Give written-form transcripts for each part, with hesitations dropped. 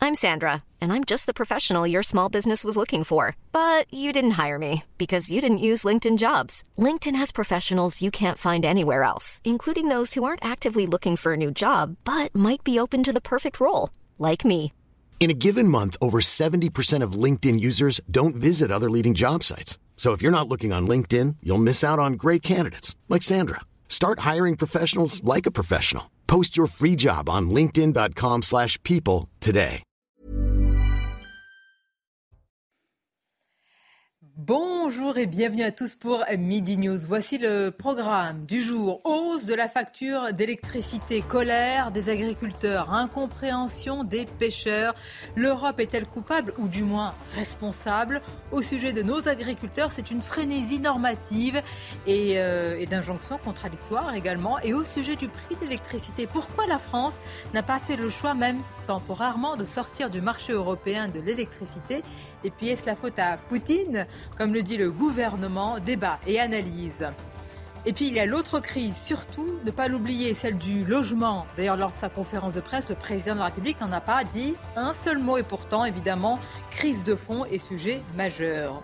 I'm Sandra, and I'm just the professional your small business was looking for. But you didn't hire me because you didn't use LinkedIn Jobs. LinkedIn has professionals you can't find anywhere else, including those who aren't actively looking for a new job, but might be open to the perfect role, like me. In a given month, over 70% of LinkedIn users don't visit other leading job sites. So if you're not looking on LinkedIn, you'll miss out on great candidates like Sandra. Start hiring professionals like a professional. Post your free job on linkedin.com/people today. Bonjour et bienvenue à tous pour Midi News. Voici le programme du jour. Hausse de la facture d'électricité, colère des agriculteurs, incompréhension des pêcheurs. L'Europe est-elle coupable ou du moins responsable? Au sujet de nos agriculteurs, c'est une frénésie normative et d'injonctions contradictoires également. Et au sujet du prix de l'électricité, pourquoi la France n'a pas fait le choix, même temporairement, de sortir du marché européen de l'électricité? Et puis est-ce la faute à Poutine? Comme le dit le gouvernement, débat et analyse. Et puis il y a l'autre crise, surtout ne pas l'oublier, celle du logement. D'ailleurs, lors de sa conférence de presse, le président de la République n'en a pas dit un seul mot. Et pourtant, évidemment, crise de fond et sujet majeur.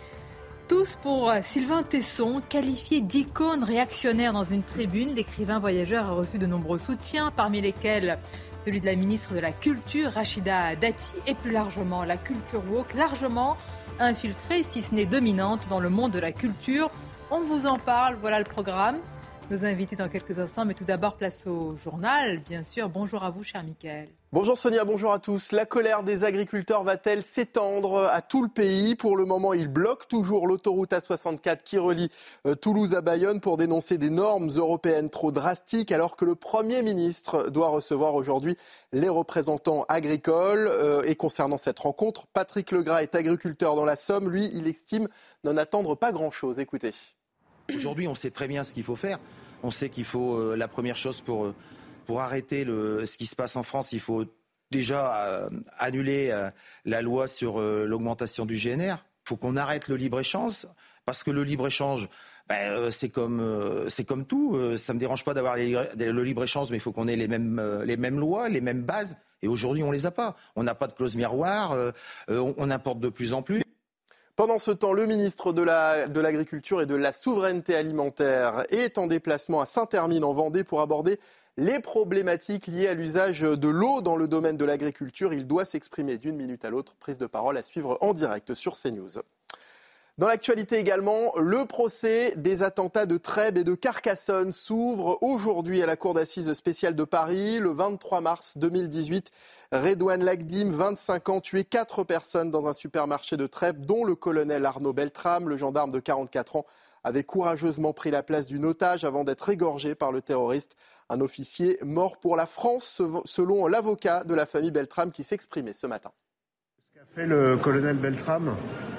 Tous pour Sylvain Tesson, qualifié d'icône réactionnaire dans une tribune. L'écrivain voyageur a reçu de nombreux soutiens, parmi lesquels celui de la ministre de la Culture, Rachida Dati, et plus largement la culture woke, largement infiltrée, si ce n'est dominante, dans le monde de la culture. On vous en parle, voilà le programme. Nos invités dans quelques instants, mais tout d'abord, place au journal, bien sûr. Bonjour à vous, cher Mickaël. Bonjour Sonia, bonjour à tous. La colère des agriculteurs va-t-elle s'étendre à tout le pays? Pour le moment, ils bloquent toujours l'autoroute A64 qui relie Toulouse à Bayonne pour dénoncer des normes européennes trop drastiques, alors que le Premier ministre doit recevoir aujourd'hui les représentants agricoles. Et concernant cette rencontre, Patrick Legras est agriculteur dans la Somme. Lui, il estime n'en attendre pas grand-chose. Écoutez. Aujourd'hui, on sait très bien ce qu'il faut faire. On sait qu'il faut, la première chose pour arrêter ce qui se passe en France, il faut déjà annuler la loi sur l'augmentation du GNR. Il faut qu'on arrête le libre-échange, parce que le libre-échange, c'est comme tout. Ça ne me dérange pas d'avoir le libre-échange, mais il faut qu'on ait les mêmes lois, les mêmes bases. Et aujourd'hui, on ne les a pas. On n'a pas de clause miroir, on importe de plus en plus. Pendant ce temps, le ministre de l'Agriculture et de la Souveraineté alimentaire est en déplacement à Saint-Hermine en Vendée pour aborder les problématiques liées à l'usage de l'eau dans le domaine de l'agriculture. Il doit s'exprimer d'une minute à l'autre. Prise de parole à suivre en direct sur CNews. Dans l'actualité également, le procès des attentats de Trèbes et de Carcassonne s'ouvre aujourd'hui à la Cour d'assises spéciale de Paris. Le 23 mars 2018, Redouane Lagdim, 25 ans, tué 4 personnes dans un supermarché de Trèbes, dont le colonel Arnaud Beltrame, le gendarme de 44 ans, avait courageusement pris la place d'une otage avant d'être égorgé par le terroriste. Un officier mort pour la France, selon l'avocat de la famille Beltrame qui s'exprimait ce matin. Ce qu'a fait le colonel Beltrame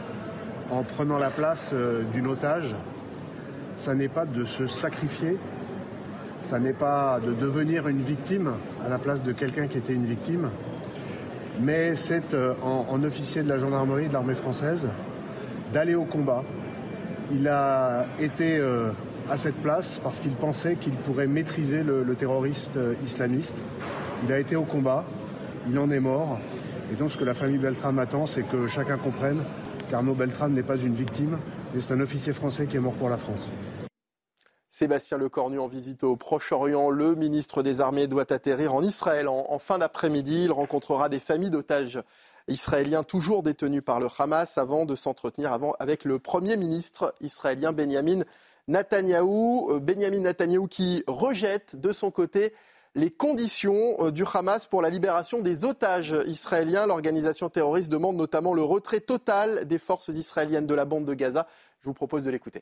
en prenant la place d'une otage, ça n'est pas de se sacrifier, ça n'est pas de devenir une victime à la place de quelqu'un qui était une victime, mais c'est en officier de la gendarmerie de l'armée française d'aller au combat. Il a été à cette place parce qu'il pensait qu'il pourrait maîtriser le terroriste islamiste. Il a été au combat, il en est mort, et donc ce que la famille Beltrame attend, c'est que chacun comprenne qu'Arnaud Beltrame n'est pas une victime, mais c'est un officier français qui est mort pour la France. Sébastien Lecornu en visite au Proche-Orient. Le ministre des Armées doit atterrir en Israël en fin d'après-midi. Il rencontrera des familles d'otages israéliens toujours détenus par le Hamas avant de s'entretenir avec le Premier ministre israélien Benyamin Netanyahou. Benyamin Netanyahou qui rejette de son côté les conditions du Hamas pour la libération des otages israéliens. L'organisation terroriste demande notamment le retrait total des forces israéliennes de la bande de Gaza. Je vous propose de l'écouter.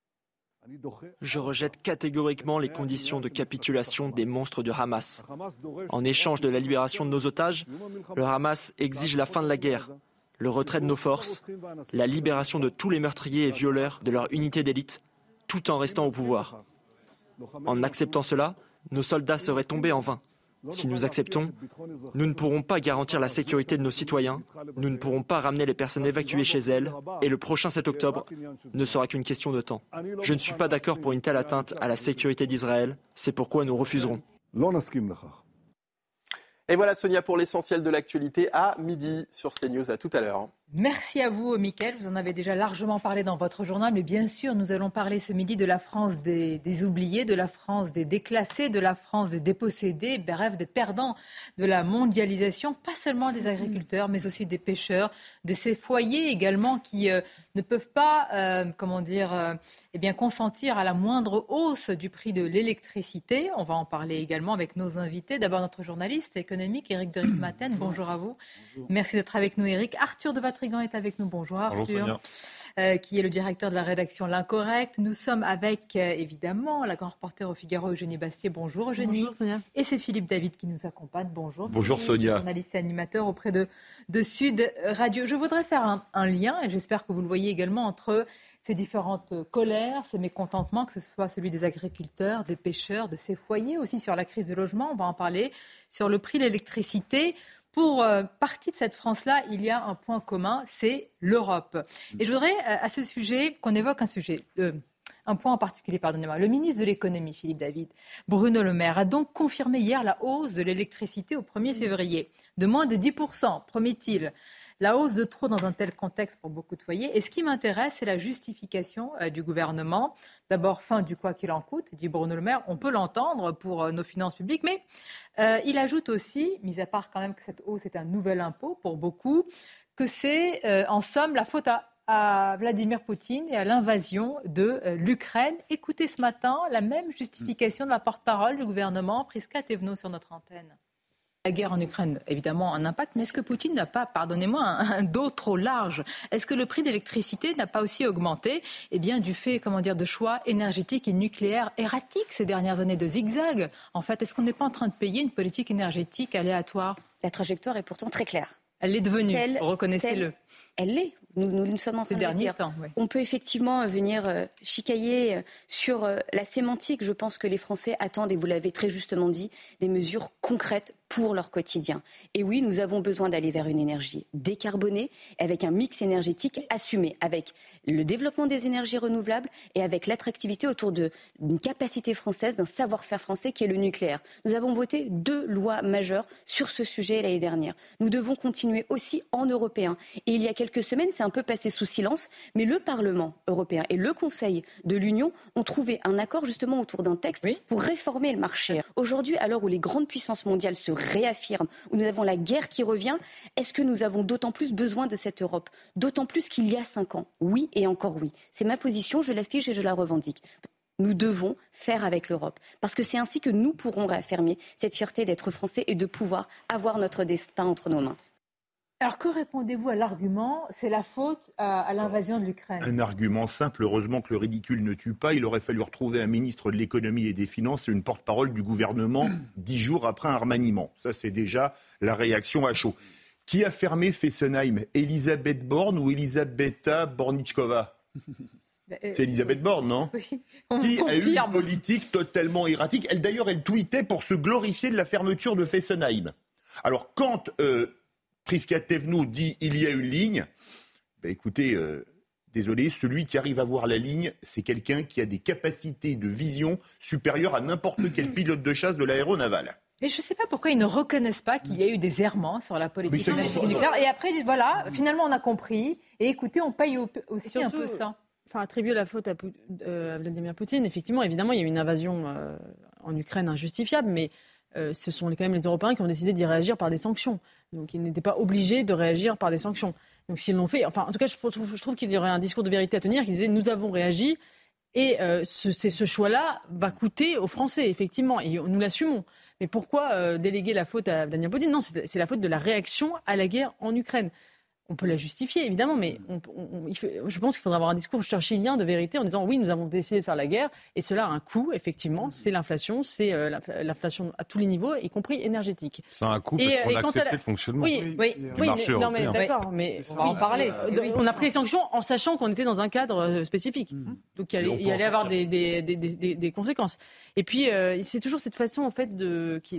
Je rejette catégoriquement les conditions de capitulation des monstres du Hamas. En échange de la libération de nos otages, le Hamas exige la fin de la guerre, le retrait de nos forces, la libération de tous les meurtriers et violeurs de leur unité d'élite, tout en restant au pouvoir. En acceptant cela, nos soldats seraient tombés en vain. Si nous acceptons, nous ne pourrons pas garantir la sécurité de nos citoyens, nous ne pourrons pas ramener les personnes évacuées chez elles, et le prochain 7 octobre ne sera qu'une question de temps. Je ne suis pas d'accord pour une telle atteinte à la sécurité d'Israël, c'est pourquoi nous refuserons. Et voilà Sonia pour l'essentiel de l'actualité à midi sur CNews. À tout à l'heure. Merci à vous, Mickaël. Vous en avez déjà largement parlé dans votre journal. Mais bien sûr, nous allons parler ce midi de la France des oubliés, de la France des déclassés, de la France des dépossédés, bref, des perdants de la mondialisation. Pas seulement des agriculteurs, mais aussi des pêcheurs, de ces foyers également qui ne peuvent pas, consentir à la moindre hausse du prix de l'électricité. On va en parler également avec nos invités. D'abord, notre journaliste économique, Éric de Ritmaten. Bonjour à vous. Bonjour. Merci d'être avec nous, Éric. Arthur de Vatrigan est avec nous. Bonjour, Arthur. Bonjour, qui est le directeur de la rédaction L'Incorrect. Nous sommes avec, évidemment, la grande reporter au Figaro, Eugénie Bastier. Bonjour, Eugénie. Bonjour, Sonia. Et c'est Philippe David qui nous accompagne. Bonjour. Bonjour, Sonia. Journaliste et animateur auprès de Sud Radio. Je voudrais faire un lien, et j'espère que vous le voyez également, entre ces différentes colères, ces mécontentements, que ce soit celui des agriculteurs, des pêcheurs, de ces foyers, aussi sur la crise du logement, on va en parler, sur le prix de l'électricité. Pour partie de cette France-là, il y a un point commun, c'est l'Europe. Et je voudrais, à ce sujet, qu'on évoque un point en particulier, pardonnez-moi. Le ministre de l'économie, Philippe David, Bruno Le Maire, a donc confirmé hier la hausse de l'électricité au 1er février, de moins de 10%, promet-il. La hausse de trop dans un tel contexte pour beaucoup de foyers. Et ce qui m'intéresse, c'est la justification du gouvernement. D'abord, fin du quoi qu'il en coûte, dit Bruno Le Maire. On peut l'entendre pour nos finances publiques. Mais il ajoute aussi, mis à part quand même que cette hausse est un nouvel impôt pour beaucoup, que c'est en somme la faute à Vladimir Poutine et à l'invasion de l'Ukraine. Écoutez ce matin la même justification de la porte-parole du gouvernement, Prisca Thévenot, sur notre antenne. La guerre en Ukraine, évidemment, un impact, mais est-ce que Poutine n'a pas, pardonnez-moi, un dos trop large ? Est-ce que le prix de l'électricité n'a pas aussi augmenté du fait, de choix énergétiques et nucléaires erratiques ces dernières années, de zigzag ? En fait, est-ce qu'on n'est pas en train de payer une politique énergétique aléatoire ? La trajectoire est pourtant très claire. Elle l'est devenue, reconnaissez-le. Elle l'est. Nous sommes en train de le dire. On peut effectivement venir chicailler sur la sémantique. Je pense que les Français attendent, et vous l'avez très justement dit, des mesures concrètes pour leur quotidien. Et oui, nous avons besoin d'aller vers une énergie décarbonée, avec un mix énergétique assumé, avec le développement des énergies renouvelables et avec l'attractivité autour d'une capacité française, d'un savoir-faire français qui est le nucléaire. Nous avons voté 2 lois majeures sur ce sujet l'année dernière. Nous devons continuer aussi en européen. Et il y a quelques semaines, c'est un peu passé sous silence, mais le Parlement européen et le Conseil de l'Union ont trouvé un accord justement autour d'un texte pour réformer le marché. Aujourd'hui, à l'heure où les grandes puissances mondiales se réaffirment, où nous avons la guerre qui revient, est-ce que nous avons d'autant plus besoin de cette Europe ? D'autant plus qu'il y a 5 ans. Oui et encore oui. C'est ma position, je l'affiche et je la revendique. Nous devons faire avec l'Europe. Parce que c'est ainsi que nous pourrons réaffirmer cette fierté d'être Français et de pouvoir avoir notre destin entre nos mains. Alors que répondez-vous à l'argument, c'est la faute à l'invasion de l'Ukraine ? Un argument simple, heureusement que le ridicule ne tue pas. Il aurait fallu retrouver un ministre de l'économie et des finances et une porte-parole du gouvernement 10 jours après un remaniement. Ça, c'est déjà la réaction à chaud. Qui a fermé Fessenheim ? Elisabeth Borne ou Elisabetta Bornichkova ? C'est Elisabeth Borne, non ? Oui, qui a eu une politique totalement erratique. Elle tweetait pour se glorifier de la fermeture de Fessenheim. Alors, quand Prisca Thévenot dit « il y a une ligne », écoutez, désolé, celui qui arrive à voir la ligne, c'est quelqu'un qui a des capacités de vision supérieures à n'importe quel pilote de chasse de l'aéronavale. Mais je ne sais pas pourquoi ils ne reconnaissent pas qu'il y a eu des errements sur la politique énergétique nucléaire. Et après, ils disent voilà, finalement, on a compris. Et écoutez, on paye aussi surtout, un peu ça. Enfin, attribuer la faute à Vladimir Poutine, effectivement, évidemment, il y a eu une invasion en Ukraine injustifiable, mais ce sont quand même les Européens qui ont décidé d'y réagir par des sanctions. Donc, ils n'étaient pas obligés de réagir par des sanctions. Donc, s'ils l'ont fait, en tout cas, je trouve qu'il y aurait un discours de vérité à tenir qui disait nous avons réagi et ce choix-là va coûter aux Français, effectivement, et nous l'assumons. Mais pourquoi déléguer la faute à Vladimir Poutine ? Non, c'est la faute de la réaction à la guerre en Ukraine. On peut la justifier, évidemment, mais je pense qu'il faudra avoir un discours churchillien de vérité en disant oui, nous avons décidé de faire la guerre et cela a un coût, effectivement, c'est l'inflation, c'est l'inflation à tous les niveaux, y compris énergétique. Ça a un coût parce qu'on a accepté le fonctionnement du marché européen. D'accord, mais on va en parler. On a pris les sanctions en sachant qu'on était dans un cadre spécifique, donc il y allait avoir des conséquences. Et puis c'est toujours cette façon en fait qui est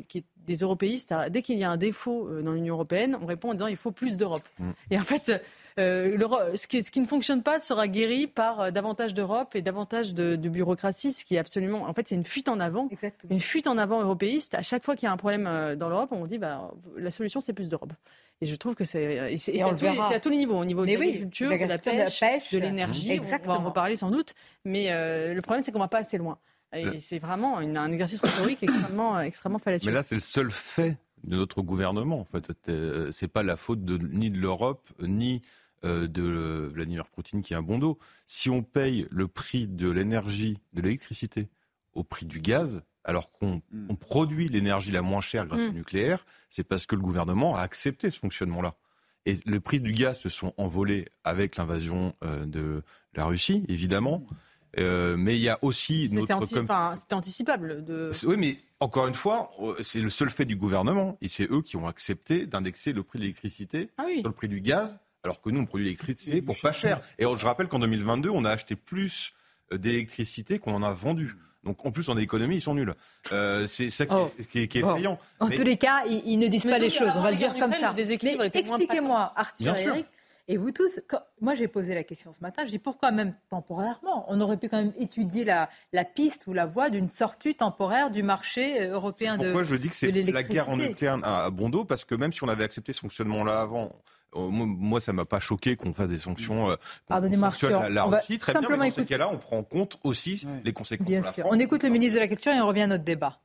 des européistes, dès qu'il y a un défaut dans l'Union européenne, on répond en disant il faut plus d'Europe. Et en fait, ce qui ne fonctionne pas sera guéri par davantage d'Europe et davantage de bureaucratie, ce qui est absolument... En fait, c'est une fuite en avant. Exactement. Une fuite en avant européiste. À chaque fois qu'il y a un problème dans l'Europe, on dit la solution, c'est plus d'Europe. Et je trouve que c'est à tous les niveaux, au niveau de l'agriculture, de la pêche, de l'énergie, on va en reparler sans doute, mais le problème c'est qu'on ne va pas assez loin. Et c'est vraiment un exercice rhétorique extrêmement fallacieux. Mais là, c'est le seul fait de notre gouvernement, en fait. C'est pas la faute ni de l'Europe, ni de Vladimir Poutine qui a un bon dos. Si on paye le prix de l'énergie, de l'électricité, au prix du gaz, alors qu'on produit l'énergie la moins chère grâce au nucléaire, c'est parce que le gouvernement a accepté ce fonctionnement-là. Et les prix du gaz se sont envolés avec l'invasion de la Russie, évidemment. Mais il y a aussi c'était anticipable. Oui, mais encore une fois, c'est le seul fait du gouvernement. Et c'est eux qui ont accepté d'indexer le prix de l'électricité sur le prix du gaz, alors que nous, on produit l'électricité pour pas cher. Et je rappelle qu'en 2022, on a acheté plus d'électricité qu'on en a vendu. Donc en plus en économie ils sont nuls. C'est ça qui est effrayant. En tous les cas, ils ne disent pas les choses. On va le dire comme ça. Mais expliquez-moi, Arthur et Eric, et vous tous. Moi j'ai posé la question ce matin. Je dis pourquoi même temporairement. On aurait pu quand même étudier la piste ou la voie d'une sortie temporaire du marché européen de l'électricité. Pourquoi je dis que c'est la guerre en nucléaire à bon dos, parce que même si on avait accepté ce fonctionnement-là avant. Moi, ça ne m'a pas choqué qu'on fasse des sanctions. Pardonnez-moi, la Russie, très bien, mais dans ce cas-là, on prend en compte aussi les conséquences. Bien sûr. On écoute le ministre de la Culture et on revient à notre débat.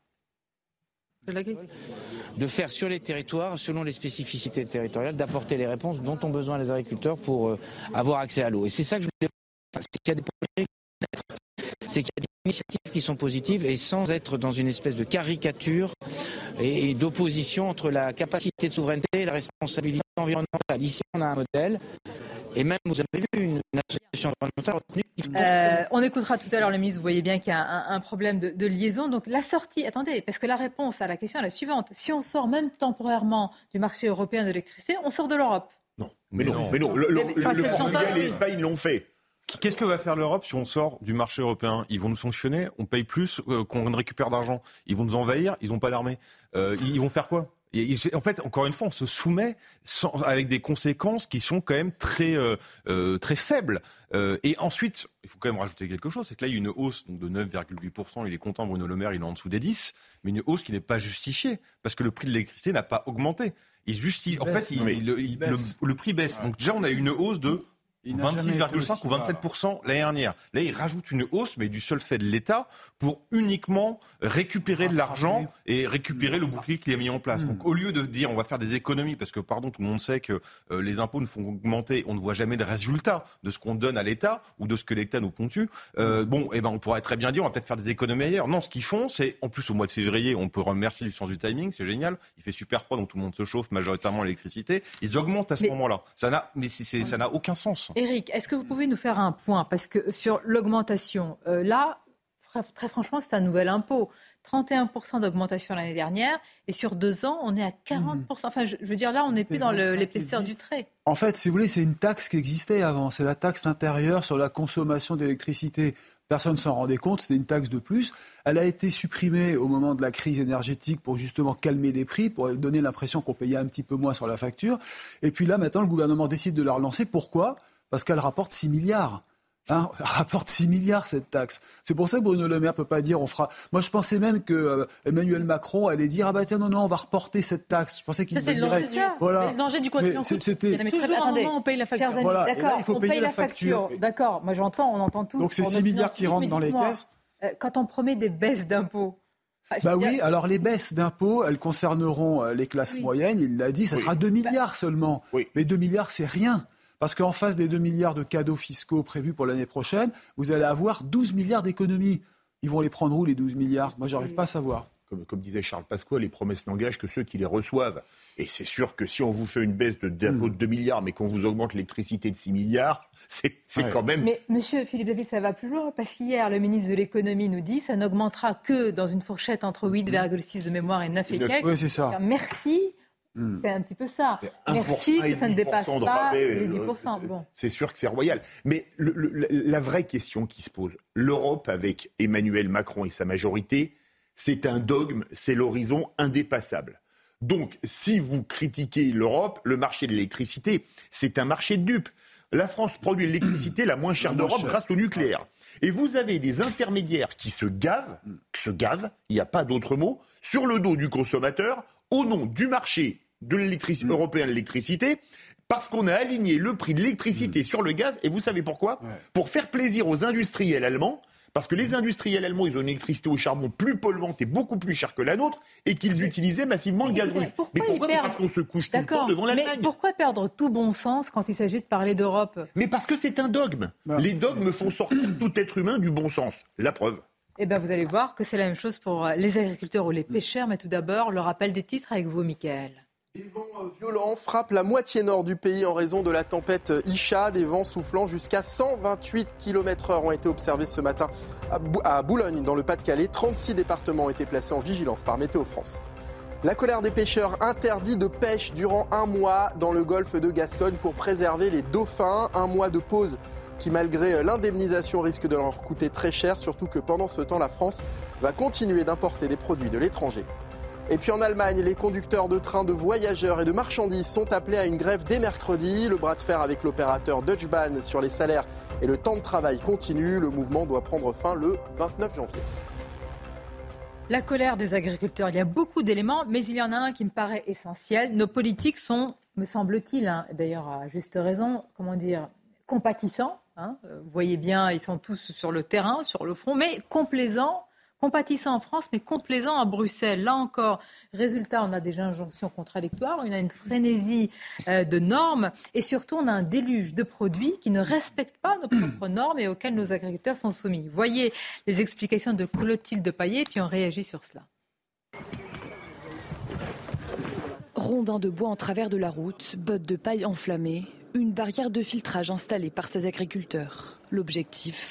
De faire sur les territoires, selon les spécificités territoriales, d'apporter les réponses dont ont besoin les agriculteurs pour avoir accès à l'eau. Et c'est ça que je voulais dire. C'est qu'il y a des initiatives qui sont positives et sans être dans une espèce de caricature et d'opposition entre la capacité de souveraineté et la responsabilité environnementale. Ici, on a un modèle. Et même, vous avez vu une association environnementale retenue. On écoutera tout à l'heure le ministre. Vous voyez bien qu'il y a un problème de liaison. Donc la sortie, attendez, parce que la réponse à la question est la suivante. Si on sort même temporairement du marché européen de l'électricité, on sort de l'Europe. Non. Le Portugal et l'Espagne l'ont fait. Qu'est-ce que va faire l'Europe si on sort du marché européen ? Ils vont nous sanctionner, on paye plus qu'on ne récupère d'argent. Ils vont nous envahir, ils n'ont pas d'armée. Ils vont faire quoi ? En fait, encore une fois, on se soumet avec des conséquences qui sont quand même très faibles. Et ensuite, il faut quand même rajouter quelque chose, c'est que là, il y a une hausse donc, de 9,8%. Il est content, Bruno Le Maire, il est en dessous des 10%, mais une hausse qui n'est pas justifiée, parce que le prix de l'électricité n'a pas augmenté. Le prix baisse. Donc déjà, on a eu une hausse de 26,5 ou 27% l'année dernière. Là, ils rajoutent une hausse, mais du seul fait de l'État, pour uniquement récupérer de l'argent et récupérer le bouclier qu'il a mis en place. Donc, au lieu de dire on va faire des économies, parce que, pardon, tout le monde sait que les impôts nous font augmenter, on ne voit jamais de résultat de ce qu'on donne à l'État ou de ce que l'État nous ponctue. On pourrait très bien dire on va peut-être faire des économies ailleurs. Non, ce qu'ils font, c'est, en plus, au mois de février, on peut remercier du sens du timing, c'est génial. Il fait super froid, donc tout le monde se chauffe, majoritairement l'électricité. Ils augmentent à ce moment-là. Ça n'a aucun sens. Éric, est-ce que vous pouvez nous faire un point ? Parce que sur l'augmentation, là, très franchement, c'est un nouvel impôt. 31% d'augmentation l'année dernière, et sur 2 ans, on est à 40%. Enfin, je veux dire, là, on n'est plus dans l'épaisseur du trait. En fait, si vous voulez, c'est une taxe qui existait avant. C'est la taxe intérieure sur la consommation d'électricité. Personne ne s'en rendait compte, c'était une taxe de plus. Elle a été supprimée au moment de la crise énergétique pour justement calmer les prix, pour donner l'impression qu'on payait un petit peu moins sur la facture. Et puis là, maintenant, le gouvernement décide de la relancer. Pourquoi ? Parce qu'elle rapporte 6 milliards. Elle rapporte 6 milliards, cette taxe. C'est pour ça que Bruno Le Maire ne peut pas dire on fera... Moi, je pensais même que Emmanuel Macron allait dire tiens, non, on va reporter cette taxe. Je pensais qu'il dirait... Voilà. Le danger du quoi qu'il en coûte. C'était... Toujours un moment, on paye la facture. Voilà. D'accord, il faut payer la facture. D'accord, moi on entend tous. Donc c'est 6 milliards qui rentrent dans les caisses. Quand on promet des baisses d'impôts... Oui, alors les baisses d'impôts, elles concerneront les classes moyennes. Il l'a dit, ça sera 2 milliards seulement. Oui. Mais 2 milliards, c'est rien. Parce qu'en face des 2 milliards de cadeaux fiscaux prévus pour l'année prochaine, vous allez avoir 12 milliards d'économies. Ils vont les prendre où, les 12 milliards ? Moi, j'arrive pas à savoir. Comme disait Charles Pasqua, les promesses n'engagent que ceux qui les reçoivent. Et c'est sûr que si on vous fait une baisse d'impôt de 2 milliards, mais qu'on vous augmente l'électricité de 6 milliards, c'est quand même... Mais monsieur Philippe David, ça va plus loin, parce qu'hier, le ministre de l'économie nous dit que ça n'augmentera que dans une fourchette entre 8,6 de mémoire et 9 et quelques. Oui, c'est ça. Merci. C'est un petit peu ça. Merci que ça ne dépasse pas les 10%. Bon. C'est sûr que c'est royal. Mais la vraie question qui se pose, l'Europe avec Emmanuel Macron et sa majorité, C'est un dogme, c'est l'horizon indépassable. Donc, si vous critiquez l'Europe, le marché de l'électricité, c'est un marché de dupes. La France produit l'électricité la moins chère d'Europe grâce au nucléaire. Et vous avez des intermédiaires qui se gavent, il n'y a pas d'autre mot, sur le dos du consommateur, au nom du marché de l'électricité européen de l'électricité, parce qu'on a aligné le prix de l'électricité sur le gaz. Et vous savez pourquoi ? Pour faire plaisir aux industriels allemands. Parce que les industriels allemands, ils ont une électricité au charbon plus polluante et beaucoup plus chère que la nôtre, et qu'ils utilisaient massivement le gaz russe. Mais pourquoi ? Parce qu'on se couche tout le temps devant l'Allemagne. Mais pourquoi perdre tout bon sens quand il s'agit de parler d'Europe ? Mais parce que c'est un dogme. Les dogmes font sortir tout être humain du bon sens. La preuve. Eh bien, vous allez voir que c'est la même chose pour les agriculteurs ou les pêcheurs. Mais tout d'abord, le rappel des titres avec vous, Mickaël. Des vents violents frappent la moitié nord du pays en raison de la tempête Isha. Des vents soufflant jusqu'à 128 km/h ont été observés ce matin à Boulogne, dans le Pas-de-Calais. 36 départements ont été placés en vigilance par Météo France. La colère des pêcheurs, interdit de pêche durant un mois dans le golfe de Gascogne pour préserver les dauphins. Un mois de pause qui, malgré l'indemnisation, risque de leur coûter très cher. Surtout que pendant ce temps, la France va continuer d'importer des produits de l'étranger. Et puis en Allemagne, les conducteurs de trains de voyageurs et de marchandises sont appelés à une grève dès mercredi. Le bras de fer avec l'opérateur Deutsche Bahn sur les salaires et le temps de travail continue. Le mouvement doit prendre fin le 29 janvier. La colère des agriculteurs, il y a beaucoup d'éléments, mais il y en a un qui me paraît essentiel. Nos politiques sont, me semble-t-il, d'ailleurs à juste raison, compatissants. Vous voyez bien, ils sont tous sur le terrain, sur le front, mais complaisants. Compatissant en France, mais complaisant à Bruxelles. Là encore, résultat, on a des injonctions contradictoires, on a une frénésie de normes et surtout, on a un déluge de produits qui ne respectent pas nos propres normes et auxquels nos agriculteurs sont soumis. Voyez les explications de Clotilde Paillet, puis on réagit sur cela. Rondins de bois en travers de la route, bottes de paille enflammées, une barrière de filtrage installée par ces agriculteurs. L'objectif ?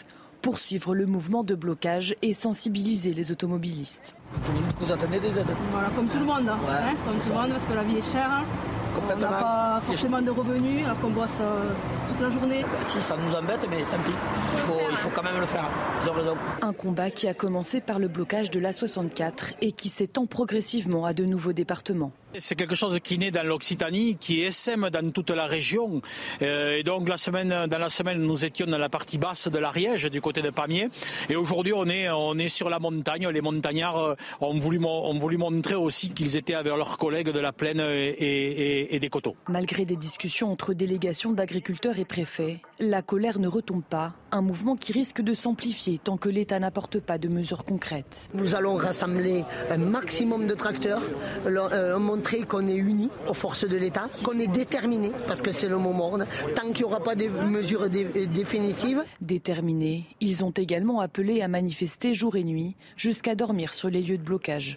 Poursuivre le mouvement de blocage et sensibiliser les automobilistes. Vous attendez des aides ? Voilà, comme tout le monde, comme tout le monde, parce que la vie est chère. On n'a pas forcément de revenus, alors qu'on bosse toute la journée. Si, ça nous embête, mais tant pis. Il faut quand même le faire. Ils ont raison. Un combat qui a commencé par le blocage de l'A64 et qui s'étend progressivement à de nouveaux départements. C'est quelque chose qui naît dans l'Occitanie, qui essaime dans toute la région. Et donc dans la semaine, nous étions dans la partie basse de l'Ariège, du côté de Pamiers. Et aujourd'hui, on est sur la montagne. Les montagnards ont voulu montrer aussi qu'ils étaient avec leurs collègues de la plaine et des coteaux. Malgré des discussions entre délégations d'agriculteurs et préfets, la colère ne retombe pas. Un mouvement qui risque de s'amplifier tant que l'État n'apporte pas de mesures concrètes. Nous allons rassembler un maximum de tracteurs, montrer qu'on est unis aux forces de l'État, qu'on est déterminés, parce que c'est le mot mort, tant qu'il n'y aura pas de mesures définitives. Déterminés, ils ont également appelé à manifester jour et nuit, jusqu'à dormir sur les lieux de blocage.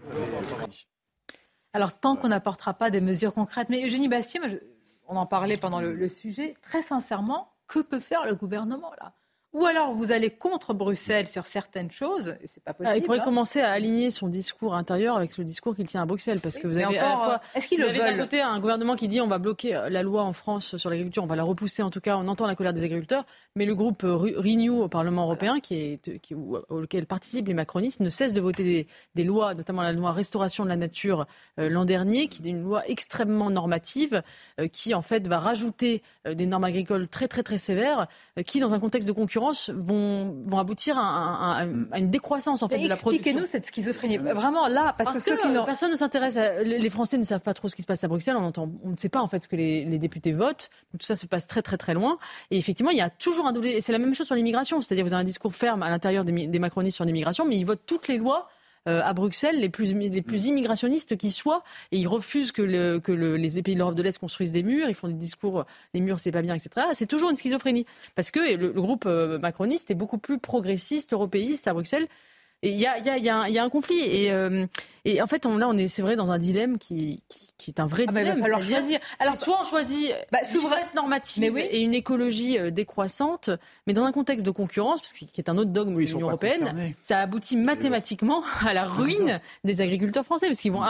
Alors tant qu'on n'apportera pas des mesures concrètes, mais Eugénie Bastier, on en parlait pendant le sujet, très sincèrement, que peut faire le gouvernement là ? Ou alors vous allez contre Bruxelles sur certaines choses, et c'est pas possible. Il pourrait commencer à aligner son discours intérieur avec le discours qu'il tient à Bruxelles, parce que vous avez d'un côté un gouvernement qui dit on va bloquer la loi en France sur l'agriculture, on va la repousser en tout cas, on entend la colère des agriculteurs, mais le groupe Renew au Parlement européen, auquel participent les macronistes, ne cesse de voter des lois, notamment la loi Restauration de la nature l'an dernier, qui est une loi extrêmement normative, qui en fait va rajouter des normes agricoles très très très sévères, qui dans un contexte de concurrence vont aboutir à une décroissance en fait de la production. Expliquez-nous cette schizophrénie. Vraiment là, parce que personne ne s'intéresse. Les Français ne savent pas trop ce qui se passe à Bruxelles. On ne sait pas en fait ce que les députés votent. Donc, tout ça se passe très très très loin. Et effectivement, il y a toujours un double. Et c'est la même chose sur l'immigration. C'est-à-dire vous avez un discours ferme à l'intérieur des macronistes sur l'immigration, mais ils votent toutes les lois à Bruxelles, les plus immigrationnistes qui soient, et ils refusent que les pays de l'Europe de l'Est construisent des murs, ils font des discours, les murs c'est pas bien, etc. C'est toujours une schizophrénie, parce que le groupe macroniste est beaucoup plus progressiste, européiste à Bruxelles. Et il y a un conflit. Et Et en fait, on est, c'est vrai, dans un dilemme qui est un vrai dilemme. Il va falloir choisir. Alors, soit on choisit une souveraineté normative et une écologie décroissante, mais dans un contexte de concurrence, parce qui est un autre dogme de l'Union européenne, ça aboutit mathématiquement à la ruine des agriculteurs français, parce qu'on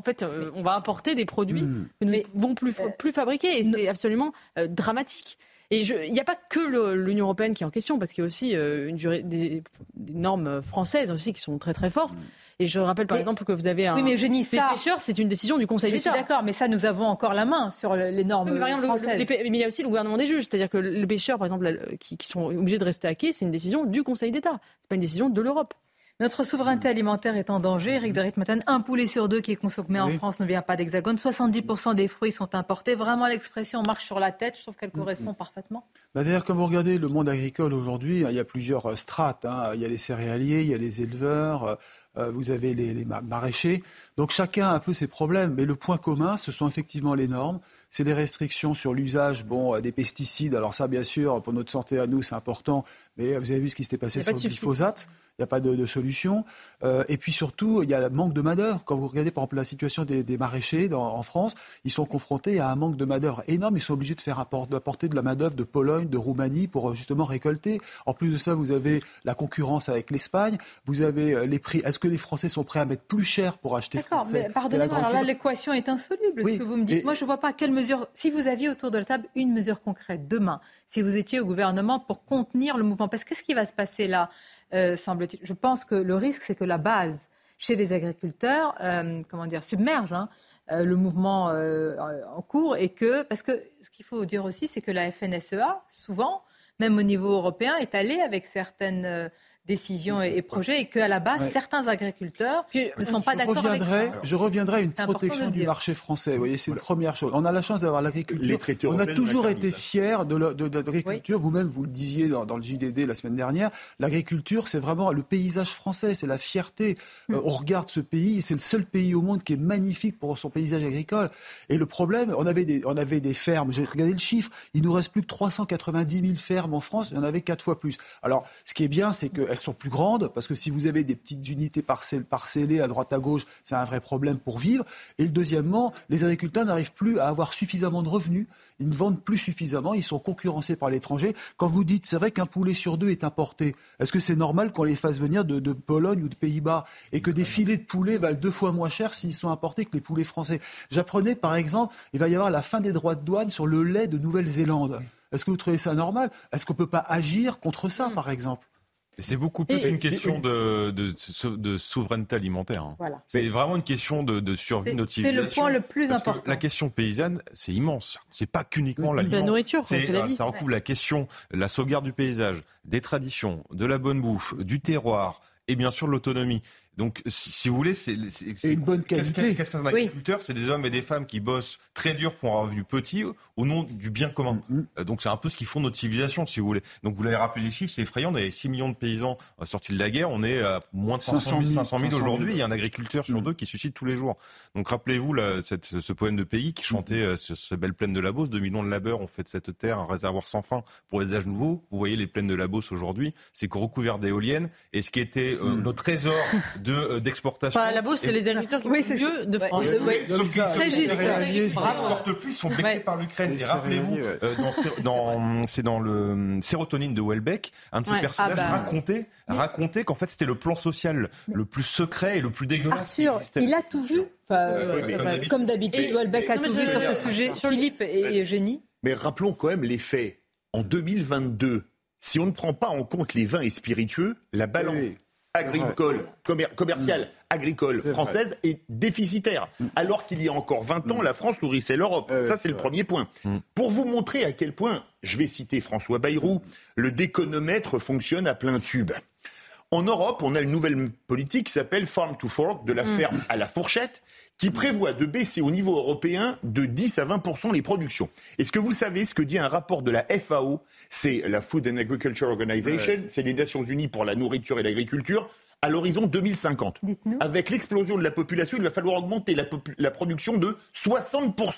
va importer des produits que nous ne pouvons plus fabriquer, et c'est absolument dramatique. Et il n'y a pas que l'Union européenne qui est en question, parce qu'il y a aussi des normes françaises aussi qui sont très très fortes. Et je rappelle par exemple que vous avez des pêcheurs, c'est une décision du Conseil d'État. Je suis d'accord, mais ça, nous avons encore la main sur les normes françaises. Mais il y a aussi le gouvernement des juges. C'est-à-dire que les pêcheurs, par exemple, qui sont obligés de rester à quai, c'est une décision du Conseil d'État. C'est pas une décision de l'Europe. Notre souveraineté alimentaire est en danger. Eric de Ritmaten, un poulet sur 2 qui est consommé en France ne vient pas d'Hexagone. 70% des fruits sont importés. Vraiment, l'expression marche sur la tête. Je trouve qu'elle correspond parfaitement. D'ailleurs, quand vous regardez le monde agricole aujourd'hui, il y a plusieurs strates. Il y a les céréaliers, il y a les éleveurs, vous avez les maraîchers. Donc chacun a un peu ses problèmes. Mais le point commun, ce sont effectivement les normes. C'est les restrictions sur l'usage des pesticides. Alors ça, bien sûr, pour notre santé à nous, c'est important. Mais vous avez vu ce qui s'était passé sur le glyphosate. Il n'y a pas de solution. Et puis surtout, il y a le manque de main-d'œuvre. Quand vous regardez par exemple la situation des maraîchers en France, ils sont confrontés à un manque de main-d'œuvre énorme. Ils sont obligés de faire apporter de la main-d'œuvre de Pologne, de Roumanie pour justement récolter. En plus de ça, vous avez la concurrence avec l'Espagne. Vous avez les prix. Est-ce que les Français sont prêts à mettre plus cher pour acheter français ? D'accord, mais pardonnez-moi, alors là, l'équation est insoluble. Ce que vous me dites, moi, je ne vois pas quelle mesure. Si vous aviez autour de la table une mesure concrète demain, si vous étiez au gouvernement pour contenir le mouvement, parce que qu'est-ce qui va se passer là ? Semble-t-il. Je pense que le risque, c'est que la base chez les agriculteurs, submerge le mouvement en cours, et parce que ce qu'il faut dire aussi, c'est que la FNSEA, souvent, même au niveau européen, est allée avec certaines décisions et projets, et qu'à la base, certains agriculteurs ne sont pas d'accord avec ça. Je reviendrai à une protection du marché français. Vous voyez, c'est une première chose. On a la chance d'avoir l'agriculture. On a toujours été fiers de l'agriculture. Oui. Vous-même, vous le disiez dans le JDD la semaine dernière. L'agriculture, c'est vraiment le paysage français. C'est la fierté. On regarde ce pays. C'est le seul pays au monde qui est magnifique pour son paysage agricole. Et le problème, on avait des fermes. J'ai regardé le chiffre. Il nous reste plus que 390 000 fermes en France. Il y en avait 4 fois plus. Alors, ce qui est bien, c'est qu'elles sont plus grandes, parce que si vous avez des petites unités parcellées à droite à gauche, c'est un vrai problème pour vivre. Et deuxièmement, les agriculteurs n'arrivent plus à avoir suffisamment de revenus. Ils ne vendent plus suffisamment, ils sont concurrencés par l'étranger. Quand vous dites, c'est vrai qu'un poulet sur 2 est importé, est-ce que c'est normal qu'on les fasse venir de Pologne ou de Pays-Bas, et que des filets de poulet valent 2 fois moins cher s'ils sont importés que les poulets français ? J'apprenais, par exemple, il va y avoir la fin des droits de douane sur le lait de Nouvelle-Zélande. Est-ce que vous trouvez ça normal ? Est-ce qu'on ne peut pas agir contre ça, par exemple ? C'est beaucoup plus une question de souveraineté alimentaire. Voilà. C'est vraiment une question de survie de notre civilisation. C'est le point le plus important. La question paysanne, c'est immense. C'est pas qu'uniquement l'aliment. La nourriture, c'est la vie. Ça recouvre la question, la sauvegarde du paysage, des traditions, de la bonne bouffe, du terroir et bien sûr de l'autonomie. Donc, si vous voulez, c'est une bonne qualité. Qu'est-ce qu'un agriculteur ? C'est des hommes et des femmes qui bossent très dur pour un revenu petit au nom du bien commun. Donc, c'est un peu ce qui font notre civilisation, si vous voulez. Donc, vous l'avez rappelé les chiffres, c'est effrayant. On avait 6 millions de paysans sortis de la guerre. On est à moins de 500 000 aujourd'hui. Il y a un agriculteur sur 2 qui suscite tous les jours. Donc, rappelez-vous ce poème de Pays qui chantait sur ces belles plaines de la Beauce. 2 millions de labeurs ont fait de cette terre un réservoir sans fin pour les âges nouveaux. Vous voyez les plaines de la Beauce aujourd'hui, c'est recouvert d'éoliennes. Et ce qui était nos trésors d'exportation. La Beauce, c'est les agriculteurs qui font le mieux de France. Sauf qu'ils n'exportent plus, ils sont becqués par l'Ukraine. Et rappelez-vous, c'est dans le Sérotonine de Houellebecq, un de ses personnages racontait qu'en fait c'était le plan social le plus secret et le plus dégueulasse. Arthur, il a tout vu. Comme d'habitude, Houellebecq a tout vu sur ce sujet. Philippe et Eugénie. Mais rappelons quand même les faits. En 2022, si on ne prend pas en compte les vins et spiritueux, la balance agricole, commerciale, agricole française est déficitaire. Alors qu'il y a encore 20 ans, la France nourrissait l'Europe. Ça, c'est le premier point. Pour vous montrer à quel point, je vais citer François Bayrou, le déconomètre fonctionne à plein tube. En Europe, on a une nouvelle politique qui s'appelle Farm to Fork, de la ferme à la fourchette, qui prévoit de baisser au niveau européen de 10 à 20% les productions. Est-ce que vous savez ce que dit un rapport de la FAO ? C'est la Food and Agriculture Organization, c'est les Nations Unies pour la nourriture et l'agriculture, à l'horizon 2050. Dites-nous. Avec l'explosion de la population, il va falloir augmenter la production de 60%.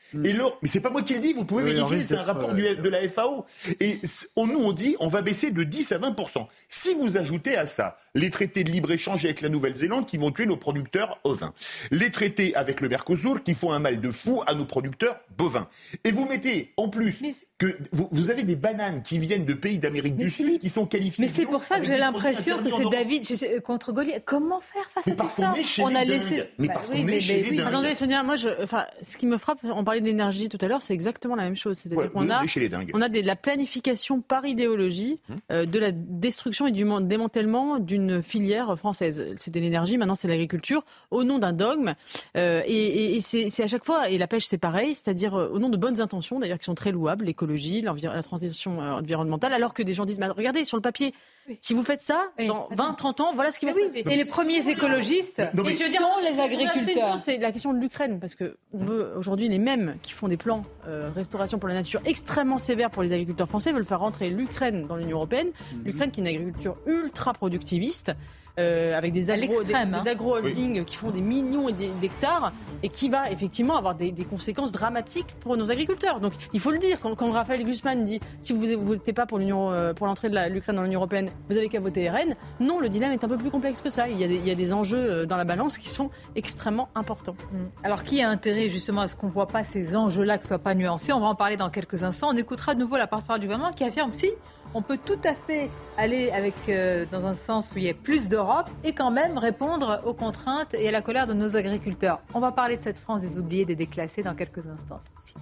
Et mais c'est pas moi qui le dis, vous pouvez vérifier, c'est un rapport de la FAO. Et nous, on dit, on va baisser de 10 à 20%. Si vous ajoutez à ça les traités de libre-échange avec la Nouvelle-Zélande qui vont tuer nos producteurs ovins, les traités avec le Mercosur qui font un mal de fou à nos producteurs bovins, et vous mettez en plus que vous avez des bananes qui viennent de pays d'Amérique du Sud qui sont qualifiées. Mais c'est pour ça que j'ai l'impression que c'est David contre Goliath. Comment faire face à tout ça? On a laissé. Mais parce qu'on est chez les dingues. Attendez, Sonia, moi, ce qui me frappe, on parlait de l'énergie tout à l'heure, c'est exactement la même chose. C'est-à-dire qu'on a la planification par idéologie de la destruction et du démantèlement d'une filière française. C'était l'énergie, maintenant c'est l'agriculture, au nom d'un dogme. Et c'est à chaque fois, et la pêche c'est pareil, c'est-à-dire au nom de bonnes intentions, d'ailleurs qui sont très louables, l'écologie, la transition environnementale, alors que des gens disent, regardez, sur le papier, si vous faites ça, dans 20-30 ans, voilà ce qui va se passer. Et les premiers écologistes sont les agriculteurs. C'est la question de l'Ukraine, parce qu'on veut aujourd'hui les mêmes qui font des plans restauration pour la nature extrêmement sévères pour les agriculteurs français veulent faire rentrer l'Ukraine dans l'Union européenne. L'Ukraine qui est une agriculture ultra productiviste. Avec des agro-holdings qui font des millions d'hectares et qui va effectivement avoir des conséquences dramatiques pour nos agriculteurs. Donc il faut le dire, quand Raphaël Glucksmann dit si vous ne votez pas pour l'entrée de l'Ukraine dans l'Union européenne, vous avez qu'à voter RN. Non, le dilemme est un peu plus complexe que ça. Il y a des enjeux dans la balance qui sont extrêmement importants. Alors qui a intérêt justement à ce qu'on ne voit pas ces enjeux-là, que ce ne soit pas nuancé? On va en parler dans quelques instants. On écoutera de nouveau la porte-parole du gouvernement qui affirme on peut tout à fait aller dans un sens où il y a plus d'Europe et quand même répondre aux contraintes et à la colère de nos agriculteurs. On va parler de cette France des oubliés, des déclassés dans quelques instants tout de suite.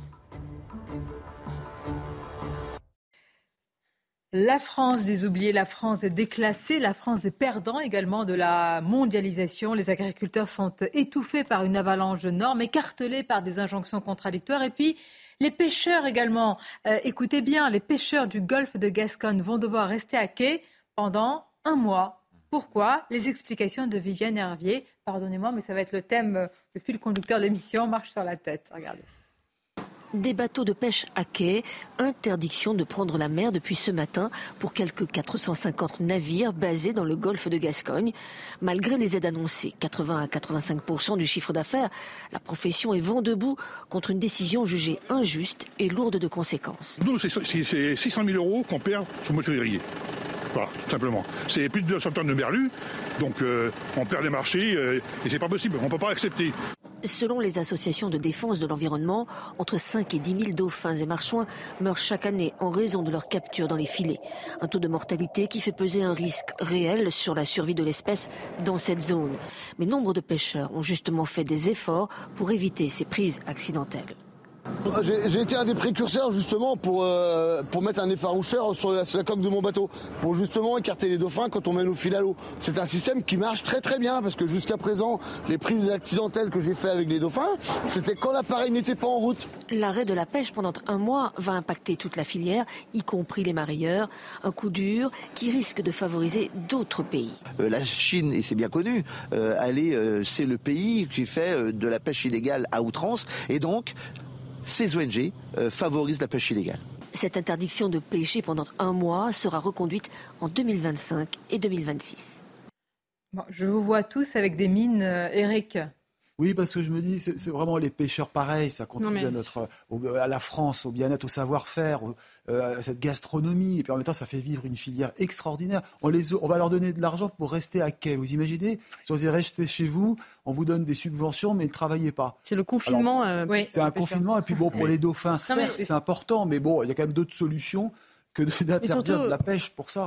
La France des oubliés, la France des déclassés, la France des perdants également de la mondialisation. Les agriculteurs sont étouffés par une avalanche de normes, écartelés par des injonctions contradictoires. Et puis, les pêcheurs également. Écoutez bien, les pêcheurs du golfe de Gascogne vont devoir rester à quai pendant 1 mois. Pourquoi? Les explications de Viviane Hervier. Pardonnez-moi, mais ça va être le thème, le fil conducteur de l'émission, marche sur la tête. Regardez. Des bateaux de pêche à quai, interdiction de prendre la mer depuis ce matin pour quelques 450 navires basés dans le golfe de Gascogne. Malgré les aides annoncées, 80 à 85% du chiffre d'affaires, la profession est vent debout contre une décision jugée injuste et lourde de conséquences. Nous, c'est 600 000 euros qu'on perd sur le mois de février. Voilà, tout simplement. C'est plus de 200 tonnes de merlu, donc on perd des marchés et c'est pas possible, on ne peut pas accepter. Selon les associations de défense de l'environnement, entre 5 et 10 000 dauphins et marsouins meurent chaque année en raison de leur capture dans les filets. Un taux de mortalité qui fait peser un risque réel sur la survie de l'espèce dans cette zone. Mais nombre de pêcheurs ont justement fait des efforts pour éviter ces prises accidentelles. J'ai été un des précurseurs justement pour mettre un effaroucheur sur la coque de mon bateau, pour justement écarter les dauphins quand on mène au fil à l'eau. C'est un système qui marche très très bien parce que jusqu'à présent, les prises accidentelles que j'ai fait avec les dauphins, c'était quand l'appareil n'était pas en route. L'arrêt de la pêche pendant 1 mois va impacter toute la filière, y compris les mareyeurs. Un coup dur qui risque de favoriser d'autres pays. La Chine, et c'est bien connu, c'est le pays qui fait de la pêche illégale à outrance et donc ces ONG favorisent la pêche illégale. Cette interdiction de pêcher pendant 1 mois sera reconduite en 2025 et 2026. Bon, je vous vois tous avec des mines, Eric. Oui, parce que je me dis, c'est vraiment les pêcheurs pareils, ça contribue à la France, au bien-être, au savoir-faire, à cette gastronomie, et puis en même temps, ça fait vivre une filière extraordinaire. On va leur donner de l'argent pour rester à quai, vous imaginez? Si vous restez chez vous, on vous donne des subventions, mais ne travaillez pas. C'est le confinement. C'est un confinement, et puis bon, pour les dauphins, certes, c'est important, mais bon, il y a quand même d'autres solutions que d'interdire de la pêche pour ça.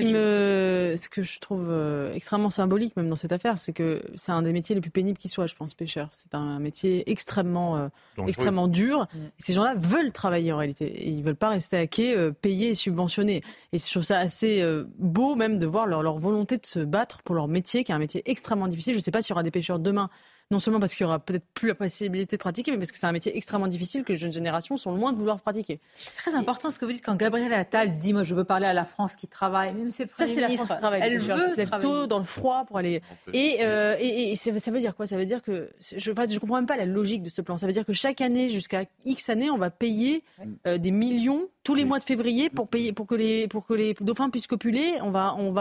Ce que je trouve extrêmement symbolique même dans cette affaire, c'est que c'est un des métiers les plus pénibles qui soit, je pense, pêcheur. C'est un métier extrêmement dur. Et ces gens-là veulent travailler en réalité. Et ils ne veulent pas rester à quai, payés et subventionnés. Et je trouve ça assez beau même de voir leur volonté de se battre pour leur métier, qui est un métier extrêmement difficile. Je ne sais pas s'il y aura des pêcheurs demain. Non seulement parce qu'il n'y aura peut-être plus la possibilité de pratiquer, mais parce que c'est un métier extrêmement difficile que les jeunes générations sont loin de vouloir pratiquer. C'est très important ce que vous dites quand Gabriel Attal dit « Moi, je veux parler à la France qui travaille ». Mais monsieur le Premier ministre, la France qui travaille. Elle veut se lève tôt dans le froid pour aller... Et ça veut dire quoi? Ça veut dire que... Je ne comprends même pas la logique de ce plan. Ça veut dire que chaque année, jusqu'à X années, on va payer des millions tous les mois de février pour que les dauphins puissent copuler.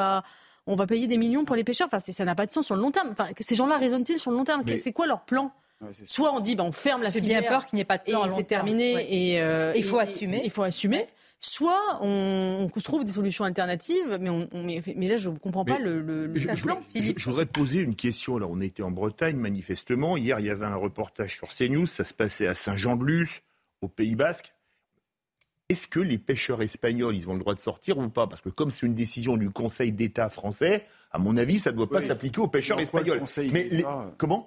On va payer des millions pour les pêcheurs. Enfin, ça n'a pas de sens sur le long terme. Enfin, ces gens-là raisonnent-ils sur le long terme? C'est quoi leur plan? Soit on dit on ferme la filière. J'ai bien peur qu'il n'y ait pas de plan à long terme. C'est terminé il faut assumer. Il faut assumer. Soit on trouve des solutions alternatives, mais là je ne comprends pas le plan, Philippe. Je voudrais poser une question. Alors, on était en Bretagne manifestement. Hier, il y avait un reportage sur CNews. Ça se passait à Saint-Jean-de-Luz, au Pays Basque. Est-ce que les pêcheurs espagnols, ils ont le droit de sortir ou pas ? Parce que comme c'est une décision du Conseil d'État français, à mon avis, ça ne doit pas s'appliquer aux pêcheurs espagnols. Comment ?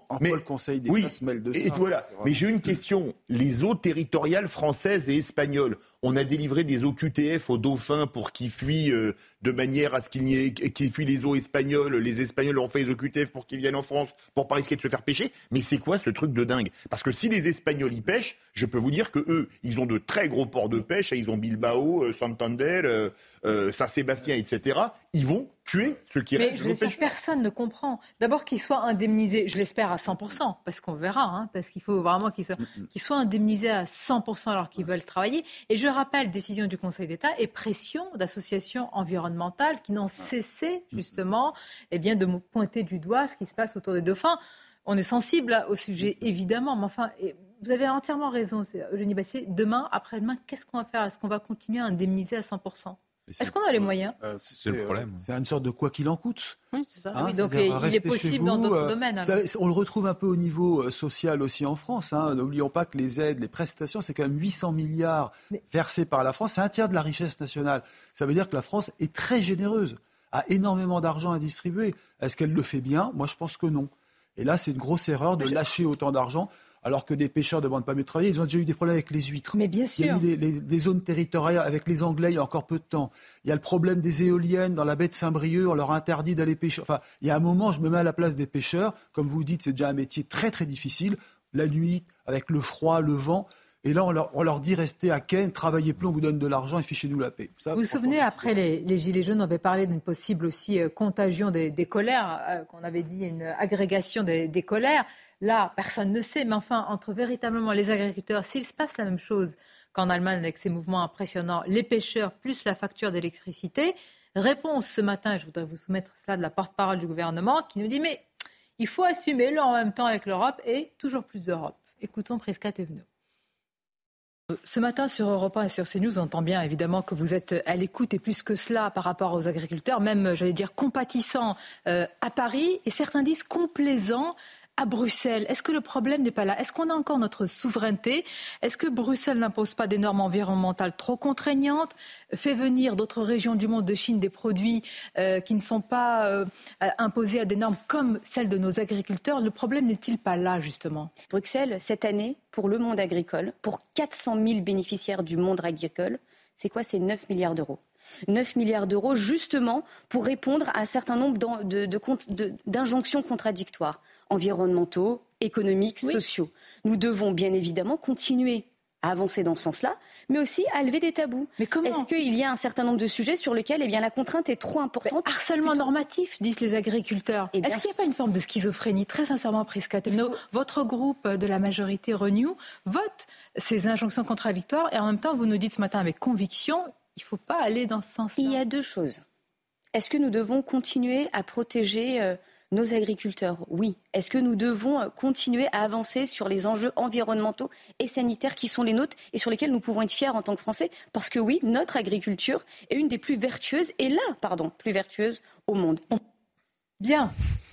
Le Conseil d'État se mêle de ça. Et voilà. Mais j'ai une question. Les eaux territoriales françaises et espagnoles, on a délivré des OQTF aux dauphins pour qu'ils fuient de manière à ce qu'ils fuient les eaux espagnoles. Les Espagnols leur ont fait les OQTF pour qu'ils viennent en France pour pas risquer de se faire pêcher. Mais c'est quoi ce truc de dingue ? Parce que si les Espagnols y pêchent, je peux vous dire que eux, ils ont de très gros ports de pêche. Ils ont Bilbao, Santander, Saint-Sébastien, etc. Ils vont tuer ceux qui restent. Mais personne ne comprend. D'abord qu'ils soient indemnisés, je l'espère à 100%, parce qu'on verra, parce qu'il faut vraiment qu'ils soient indemnisés à 100% alors qu'ils veulent travailler. Et je rappelle, décision du Conseil d'État et pression d'associations environnementales qui n'ont cessé justement de me pointer du doigt ce qui se passe autour des dauphins. On est sensible au sujet, évidemment, mais enfin, vous avez entièrement raison, Eugénie Bastier. Demain, après-demain, qu'est-ce qu'on va faire ? Est-ce qu'on va continuer à indemniser à 100% ? Est-ce qu'on a les moyens ? C'est le problème. C'est une sorte de quoi qu'il en coûte. Oui, c'est ça. Donc il est possible dans d'autres domaines. On le retrouve un peu au niveau social aussi en France. N'oublions pas que les aides, les prestations, c'est quand même 800 milliards versés par la France. C'est un tiers de la richesse nationale. Ça veut dire que la France est très généreuse, a énormément d'argent à distribuer. Est-ce qu'elle le fait bien ? Moi, je pense que non. Et là, c'est une grosse erreur de lâcher autant d'argent. Alors que des pêcheurs ne demandent pas mieux de travailler, ils ont déjà eu des problèmes avec les huîtres. Mais bien sûr. Il y a eu les zones territoriales avec les Anglais il y a encore peu de temps. Il y a le problème des éoliennes dans la baie de Saint-Brieuc, on leur interdit d'aller pêcher. Enfin, il y a un moment, je me mets à la place des pêcheurs. Comme vous dites, c'est déjà un métier très très difficile. La nuit, avec le froid, le vent. Et là, on leur dit restez à quai, travaillez plus, on vous donne de l'argent et fichez-nous la paix. Vous vous souvenez, après les Gilets jaunes, on avait parlé d'une possible aussi contagion des colères, qu'on avait dit une agrégation des colères. Là, personne ne sait, mais enfin, entre véritablement les agriculteurs, s'il se passe la même chose qu'en Allemagne avec ces mouvements impressionnants, les pêcheurs plus la facture d'électricité, réponse ce matin, je voudrais vous soumettre cela de la porte-parole du gouvernement, qui nous dit mais il faut assumer-le en même temps avec l'Europe et toujours plus d'Europe. Écoutons Prisca Thévenot. Ce matin sur Europe 1 et sur CNews, on entend bien évidemment que vous êtes à l'écoute et plus que cela par rapport aux agriculteurs, même j'allais dire compatissants à Paris et certains disent complaisants à Bruxelles. Est-ce que le problème n'est pas là ? Est-ce qu'on a encore notre souveraineté ? Est-ce que Bruxelles n'impose pas des normes environnementales trop contraignantes ? Fait venir d'autres régions du monde, de Chine, des produits qui ne sont pas imposés à des normes comme celles de nos agriculteurs ? Le problème n'est-il pas là, justement ? Bruxelles, cette année, pour le monde agricole, pour 400 000 bénéficiaires du monde agricole, c'est quoi ? C'est 9 milliards d'euros. 9 milliards d'euros justement pour répondre à un certain nombre d'injonctions contradictoires, environnementaux, économiques, sociaux. Nous devons bien évidemment continuer à avancer dans ce sens-là, mais aussi à lever des tabous. Mais comment ? Est-ce qu'il y a un certain nombre de sujets sur lesquels la contrainte est trop importante ? Harcèlement normatif, disent les agriculteurs. Est-ce qu'il n'y a pas une forme de schizophrénie ? Très sincèrement, Prisca Thévenot, votre groupe de la majorité Renew vote ces injonctions contradictoires et en même temps, vous nous dites ce matin avec conviction, il ne faut pas aller dans ce sens-là. Il y a deux choses. Est-ce que nous devons continuer à protéger nos agriculteurs ? Oui. Est-ce que nous devons continuer à avancer sur les enjeux environnementaux et sanitaires qui sont les nôtres et sur lesquels nous pouvons être fiers en tant que Français ? Parce que oui, notre agriculture est une des plus vertueuses, plus vertueuse au monde. Bien.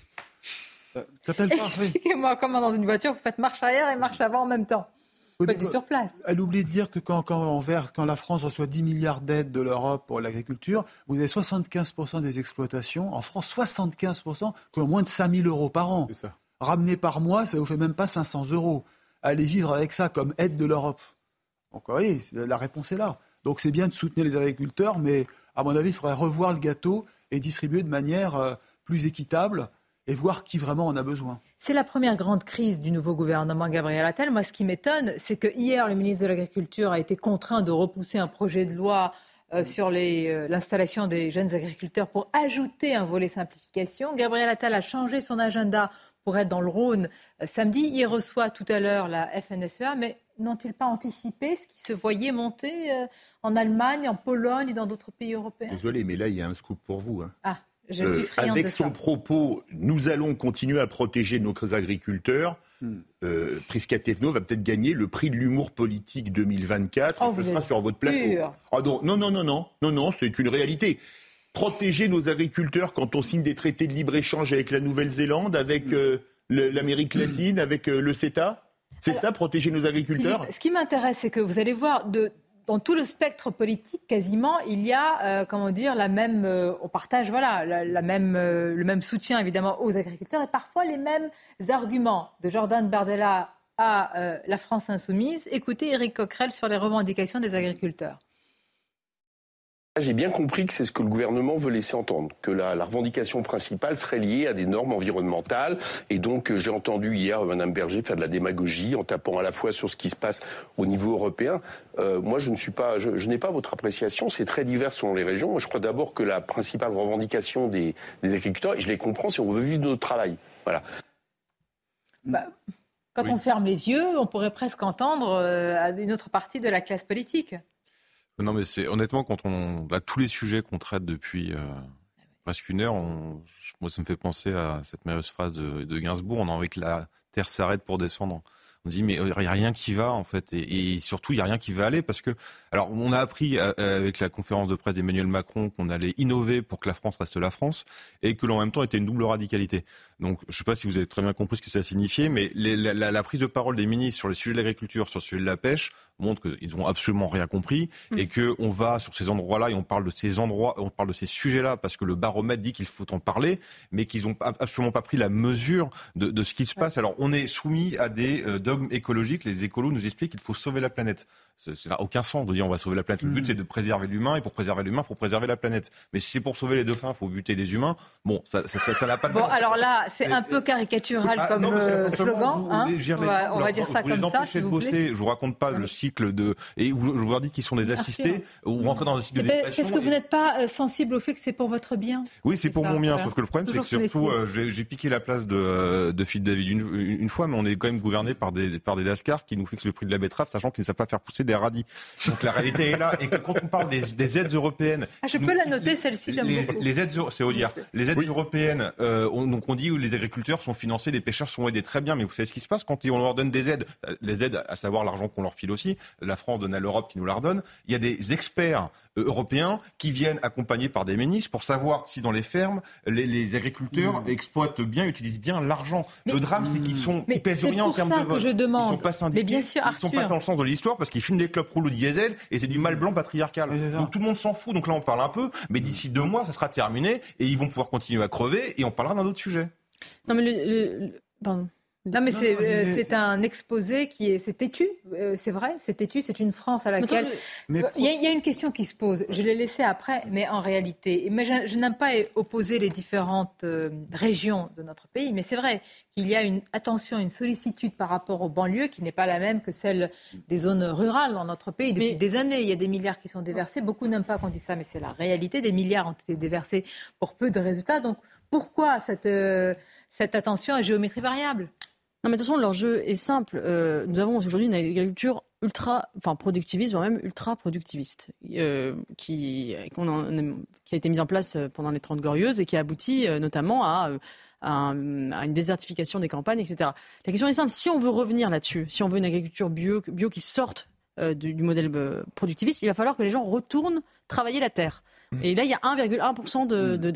Quand elle parle, expliquez-moi comment dans une voiture vous faites marche arrière et marche avant en même temps. Oui, du sur place. Elle oublie de dire que quand la France reçoit 10 milliards d'aides de l'Europe pour l'agriculture, vous avez 75% des exploitations, en France 75%, qui ont moins de 5 000 euros par an. C'est ça. Ramené par mois, ça ne vous fait même pas 500 euros. Allez vivre avec ça comme aide de l'Europe. Donc oui, la réponse est là. Donc c'est bien de soutenir les agriculteurs, mais à mon avis, il faudrait revoir le gâteau et distribuer de manière plus équitable et voir qui vraiment en a besoin. C'est la première grande crise du nouveau gouvernement Gabriel Attal. Moi, ce qui m'étonne, c'est que hier, le ministre de l'Agriculture a été contraint de repousser un projet de loi sur l'installation des jeunes agriculteurs pour ajouter un volet simplification. Gabriel Attal a changé son agenda pour être dans le Rhône samedi. Il reçoit tout à l'heure la FNSEA, mais n'ont-ils pas anticipé ce qui se voyait monter en Allemagne, en Pologne et dans d'autres pays européens ? Désolé, mais là, il y a un scoop pour vous. Ah. avec son propos « nous allons continuer à protéger nos agriculteurs », Prisca Thévenot va peut-être gagner le prix de l'humour politique 2024. Ce sera sur votre plateau. Ah non, c'est une réalité. Protéger nos agriculteurs quand on signe des traités de libre-échange avec la Nouvelle-Zélande, avec l'Amérique latine, avec le CETA, c'est ça, protéger nos agriculteurs ? Philippe, ce qui m'intéresse, c'est que vous allez voir, dans tout le spectre politique, quasiment, il y a, la même, on partage, le même soutien, évidemment, aux agriculteurs et parfois les mêmes arguments. De Jordan Bardella à la France insoumise. Écoutez Éric Coquerel sur les revendications des agriculteurs. J'ai bien compris que c'est ce que le gouvernement veut laisser entendre, que la revendication principale serait liée à des normes environnementales. Et donc, j'ai entendu hier Mme Berger faire de la démagogie en tapant à la fois sur ce qui se passe au niveau européen. Moi, je n'ai pas votre appréciation. C'est très divers selon les régions. Moi, je crois d'abord que la principale revendication des agriculteurs, et je les comprends, c'est qu'on veut vivre de notre travail. Voilà. Quand on ferme les yeux, on pourrait presque entendre une autre partie de la classe politique. Non, mais c'est honnêtement, quand on a tous les sujets qu'on traite depuis presque une heure, moi ça me fait penser à cette merveilleuse phrase de Gainsbourg, on a envie que la terre s'arrête pour descendre. On dit mais il n'y a rien qui va en fait et surtout il n'y a rien qui va aller parce que alors on a appris avec la conférence de presse d'Emmanuel Macron qu'on allait innover pour que la France reste la France et que l'en même temps était une double radicalité. Donc je ne sais pas si vous avez très bien compris ce que ça signifiait, mais la prise de parole des ministres sur les sujets de l'agriculture, sur le sujet de la pêche montre qu'ils n'ont absolument rien compris et qu'on va sur ces endroits-là et on parle de ces endroits, on parle de ces sujets-là parce que le baromètre dit qu'il faut en parler, mais qu'ils n'ont absolument pas pris la mesure de ce qui se passe. Alors on est soumis à des dogmes écologiques. Les écolos nous expliquent qu'il faut sauver la planète. Ça n'a aucun sens de dire on va sauver la planète. Le but c'est de préserver l'humain et pour préserver l'humain, il faut préserver la planète. Mais si c'est pour sauver les dauphins, il faut buter les humains. Bon, ça n'a pas de sens. Bon, alors là, c'est un peu caricatural comme slogan. On va dire ça comme ça. Vous les empêchez de bosser. Je vous raconte pas le cycle de et je vous leur dis qu'ils sont des assistés ou rentrez dans un cycle de dépression. Est-ce que vous n'êtes pas sensible au fait que c'est pour votre bien ? Oui, c'est pour mon bien. Sauf que le problème, c'est que surtout, j'ai piqué la place de Philippe David une fois, mais on est quand même gouverné par des lascars qui nous fixent le prix de la betterave, sachant qu'ils ne savent pas faire pousser des radis. Donc la réalité est là. Et que quand on parle des aides européennes... je peux la noter, celle-ci, j'aime beaucoup. Les aides, c'est Audiard. Les aides européennes, on dit que les agriculteurs sont financés, les pêcheurs sont aidés. Très bien, mais vous savez ce qui se passe quand on leur donne des aides. Les aides, à savoir l'argent qu'on leur file aussi. La France donne à l'Europe qui nous la redonne. Il y a des experts européens qui viennent accompagnés par des ministres pour savoir si dans les fermes, les agriculteurs exploitent bien, utilisent bien l'argent. Le drame, c'est qu'ils pèsent rien en termes de vote. Ils ne sont pas syndiqués, bien sûr, ils ne sont pas dans le sens de l'histoire parce qu'ils filment des clubs rouleaux diesel et c'est du mal blanc patriarcal. Donc tout le monde s'en fout. Donc là, on parle un peu, mais d'ici 2 mois, ça sera terminé et ils vont pouvoir continuer à crever et on parlera d'un autre sujet. Non, mais pardon. Non, mais c'est un exposé c'est têtu, c'est vrai, c'est têtu, c'est une France à laquelle... Il y a une question qui se pose, je l'ai laissée après, mais en réalité, mais je n'aime pas opposer les différentes régions de notre pays, mais c'est vrai qu'il y a une sollicitude par rapport aux banlieues qui n'est pas la même que celle des zones rurales dans notre pays. Depuis des années, il y a des milliards qui sont déversés, beaucoup n'aiment pas qu'on dise ça, mais c'est la réalité, des milliards ont été déversés pour peu de résultats, donc pourquoi cette attention à géométrie variable ? Non, mais de toute façon, l'enjeu est simple. Nous avons aujourd'hui une agriculture productiviste, voire même ultra-productiviste, qui a été mise en place pendant les 30 Glorieuses et qui a abouti notamment à une désertification des campagnes, etc. La question est simple. Si on veut revenir là-dessus, si on veut une agriculture bio qui sorte du modèle productiviste, il va falloir que les gens retournent travailler la terre. Et là, il y a 1,1%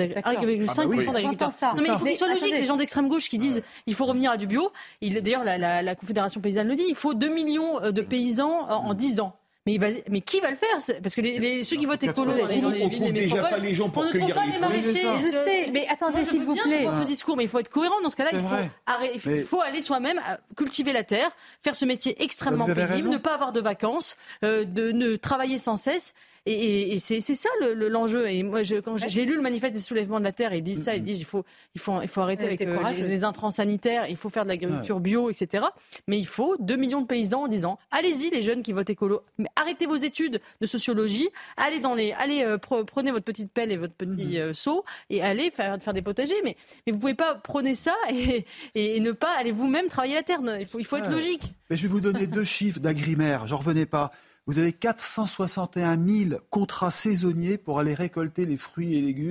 1,5% d'agriculteurs. Non, mais il faut qu'ils soient logiques. Les gens d'extrême gauche qui disent il faut revenir à du bio. D'ailleurs, la Confédération paysanne le dit, il faut 2 millions de paysans en 10 ans. Mais qui va le faire ? Parce que ceux qui votent écolo dans les villes et métropoles, pas les gens pour on ne trouve pas les maraîchers. Je sais, mais attendez, s'il vous plaît. Ce discours, mais il faut être cohérent dans ce cas-là. Il faut aller soi-même cultiver la terre, faire ce métier extrêmement pénible, ne pas avoir de vacances, de travailler sans cesse. Et c'est ça l'enjeu. Et moi, quand j'ai lu le manifeste des soulèvements de la terre, ils disent ça, ils disent il faut arrêter avec les intrants sanitaires, il faut faire de l'agriculture bio, etc. Mais il faut 2 millions de paysans en disant allez-y les jeunes qui votent écolo, mais arrêtez vos études de sociologie, prenez votre petite pelle et votre petit seau et allez faire des potagers. Mais vous pouvez pas prôner ça et ne pas aller vous-même travailler la terre. Il faut être logique. Mais je vais vous donner 2 chiffres d'Agrimaire, j'en revenais pas. Vous avez 461 000 contrats saisonniers pour aller récolter les fruits et légumes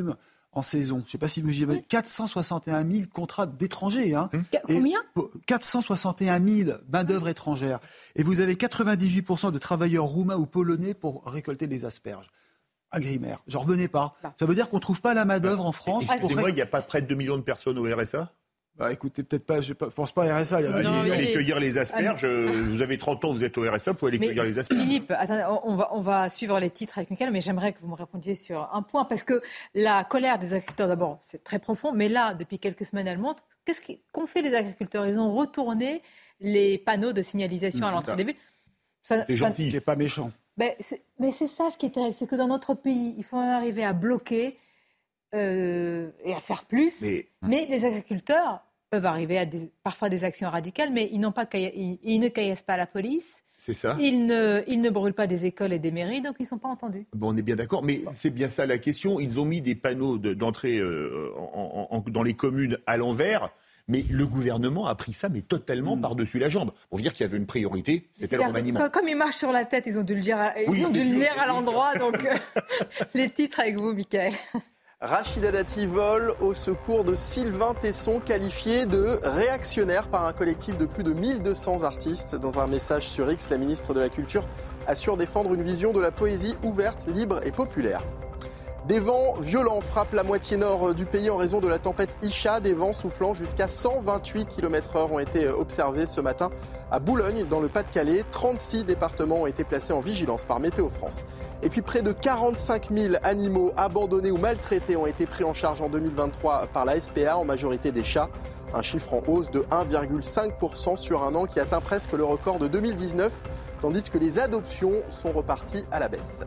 en saison. Je ne sais pas si vous y avez 461 000 contrats d'étrangers. Combien ? 461 000 main-d'œuvre étrangère. Et vous avez 98% de travailleurs roumains ou polonais pour récolter les asperges. Agrimaire, j'en revenais pas. Ça veut dire qu'on ne trouve pas la main-d'œuvre en France. Excusez-moi, il n'y a pas près de 2 millions de personnes au RSA ? Écoutez, peut-être pas, je ne pense pas à RSA. Allez cueillir les asperges. Vous avez 30 ans, vous êtes au RSA, vous pouvez aller cueillir les asperges. Philippe, attendez, on va suivre les titres avec Mickaël, mais j'aimerais que vous me répondiez sur un point, parce que la colère des agriculteurs, d'abord, c'est très profond, mais là, depuis quelques semaines, elle monte. Qu'ont fait les agriculteurs ? Ils ont retourné les panneaux de signalisation à l'entrée des villes. C'est gentil. C'est pas méchant. Mais c'est ça ce qui est terrible, c'est que dans notre pays, il faut arriver à bloquer et à faire plus, mais les agriculteurs peuvent arriver à parfois des actions radicales, mais ils ne caillassent pas la police. C'est ça. Ils ne brûlent pas des écoles et des mairies, donc ils ne sont pas entendus. Bon, on est bien d'accord, mais c'est bien ça la question. Ils ont mis des panneaux d'entrée dans les communes à l'envers, mais le gouvernement a pris ça totalement par-dessus la jambe. Pour dire qu'il y avait une priorité, c'était le remaniement. Comme ils marchent sur la tête, ils ont dû le dire, lire à l'endroit, donc les titres avec vous, Mickaël. Rachida Dati vole au secours de Sylvain Tesson, qualifié de réactionnaire par un collectif de plus de 1200 artistes. Dans un message sur X, la ministre de la Culture assure défendre une vision de la poésie ouverte, libre et populaire. Des vents violents frappent la moitié nord du pays en raison de la tempête Isha. Des vents soufflant jusqu'à 128 km/h ont été observés ce matin à Boulogne, dans le Pas-de-Calais. 36 départements ont été placés en vigilance par Météo France. Et puis près de 45 000 animaux abandonnés ou maltraités ont été pris en charge en 2023 par la SPA, en majorité des chats. Un chiffre en hausse de 1,5% sur un an qui atteint presque le record de 2019, tandis que les adoptions sont reparties à la baisse.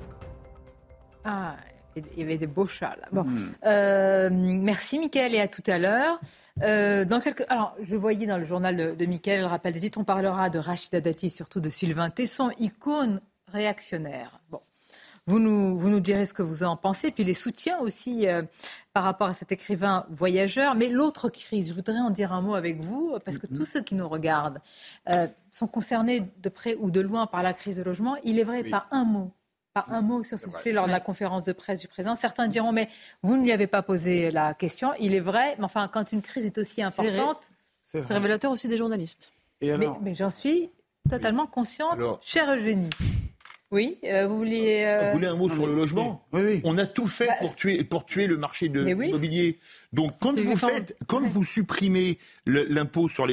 Il y avait des beaux chats là. Bon. Merci Mickaël et à tout à l'heure. Alors, je voyais dans le journal de Mickaël le rappel des titres, on parlera de Rachida Dati, surtout de Sylvain Tesson, icône réactionnaire. Bon. Vous nous direz ce que vous en pensez, puis les soutiens aussi par rapport à cet écrivain voyageur. Mais l'autre crise, je voudrais en dire un mot avec vous, parce que tous ceux qui nous regardent sont concernés de près ou de loin par la crise de logement. Il est vrai, pas un mot sur ce sujet lors de la conférence de presse du président. Certains diront, mais vous ne lui avez pas posé la question. Il est vrai, mais enfin, quand une crise est aussi importante... C'est révélateur aussi des journalistes. Et alors mais j'en suis totalement consciente, chère Eugénie. Oui, vous voulez... Vous voulez un mot sur le logement ? Oui. On a tout fait pour tuer le marché de l'immobilier. Donc, quand vous supprimez l'impôt sur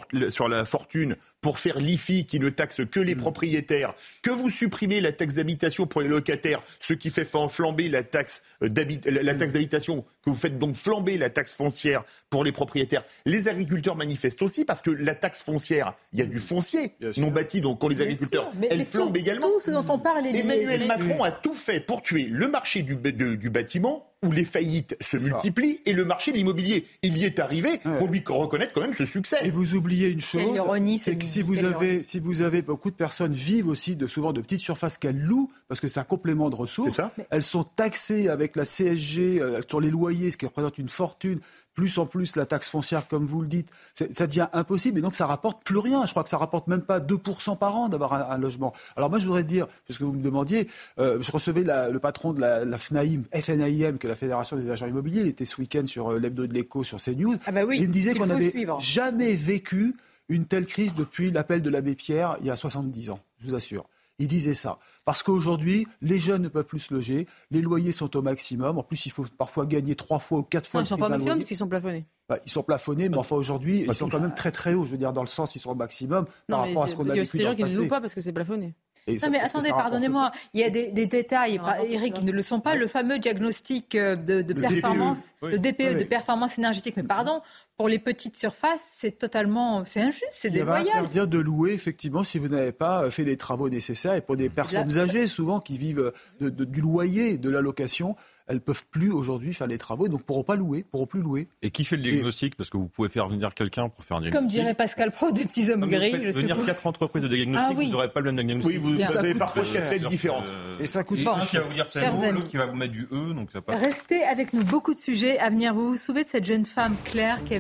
la fortune pour faire l'IFI qui ne taxe que les propriétaires, que vous supprimez la taxe d'habitation pour les locataires, ce qui fait flamber la taxe d'habitation, que vous faites donc flamber la taxe foncière pour les propriétaires. Les agriculteurs manifestent aussi parce que la taxe foncière, il y a du foncier non bâti, donc quand les agriculteurs, elle flambe également. Tout ce dont on parle, Emmanuel Macron a tout fait pour tuer le marché du bâtiment, où les faillites se multiplient, et le marché de l'immobilier. Il y est arrivé, pour lui reconnaître quand même ce succès. Et vous oubliez une chose, c'est que si vous avez beaucoup de personnes vivent aussi souvent de petites surfaces qu'elles louent, parce que c'est un complément de ressources, elles sont taxées avec la CSG sur les loyers, ce qui représente une fortune, plus en plus la taxe foncière, comme vous le dites, ça devient impossible, et donc ça rapporte plus rien. Je crois que ça rapporte même pas 2% par an d'avoir un logement. Alors moi, je voudrais dire, parce que vous me demandiez, je recevais le patron de la FNAIM, que la Fédération des agents immobiliers, il était ce week-end sur l'hebdo de l'Écho sur CNews, et il me disait qu'on n'avait jamais vécu une telle crise depuis l'appel de l'abbé Pierre il y a 70 ans, je vous assure. Il disait ça. Parce qu'aujourd'hui, les jeunes ne peuvent plus se loger, les loyers sont au maximum. En plus, il faut parfois gagner 3 fois ou 4 fois le prix d'un loyer. Ils ne sont pas au maximum parce qu'ils sont plafonnés. Ils sont plafonnés, mais enfin aujourd'hui, ils sont quand même très très hauts. Je veux dire, dans le sens, ils sont au maximum par rapport à ce qu'on a vécu dans le passé. Il y a aussi des gens qui ne louent pas parce que c'est plafonné. Non mais attendez, pardonnez-moi, il y a des détails, Eric, qui ne le sont pas. Le fameux diagnostic de performance, le DPE de performance énergétique. Mais pardon, pour les petites surfaces, c'est injuste, c'est déloyal. Il va interdire de louer, effectivement, si vous n'avez pas fait les travaux nécessaires. Et pour des personnes âgées, souvent, qui vivent du loyer, de la location, elles ne peuvent plus aujourd'hui faire les travaux, donc pourront plus louer. Et qui fait le diagnostic ? Parce que vous pouvez faire venir quelqu'un pour faire un diagnostic. Comme dirait Pascal Pro, des petits hommes gris. Vous faites venir 4 entreprises de diagnostic, vous n'aurez pas le même diagnostic. Oui, vous avez parfois 4 têtes différentes. Et ça coûte pas. Un qui va vous dire c'est un l'autre qui va vous mettre du E, donc ça passe. Restez avec nous, beaucoup de sujets à venir. Vous vous souvenez de cette jeune femme, Claire, qui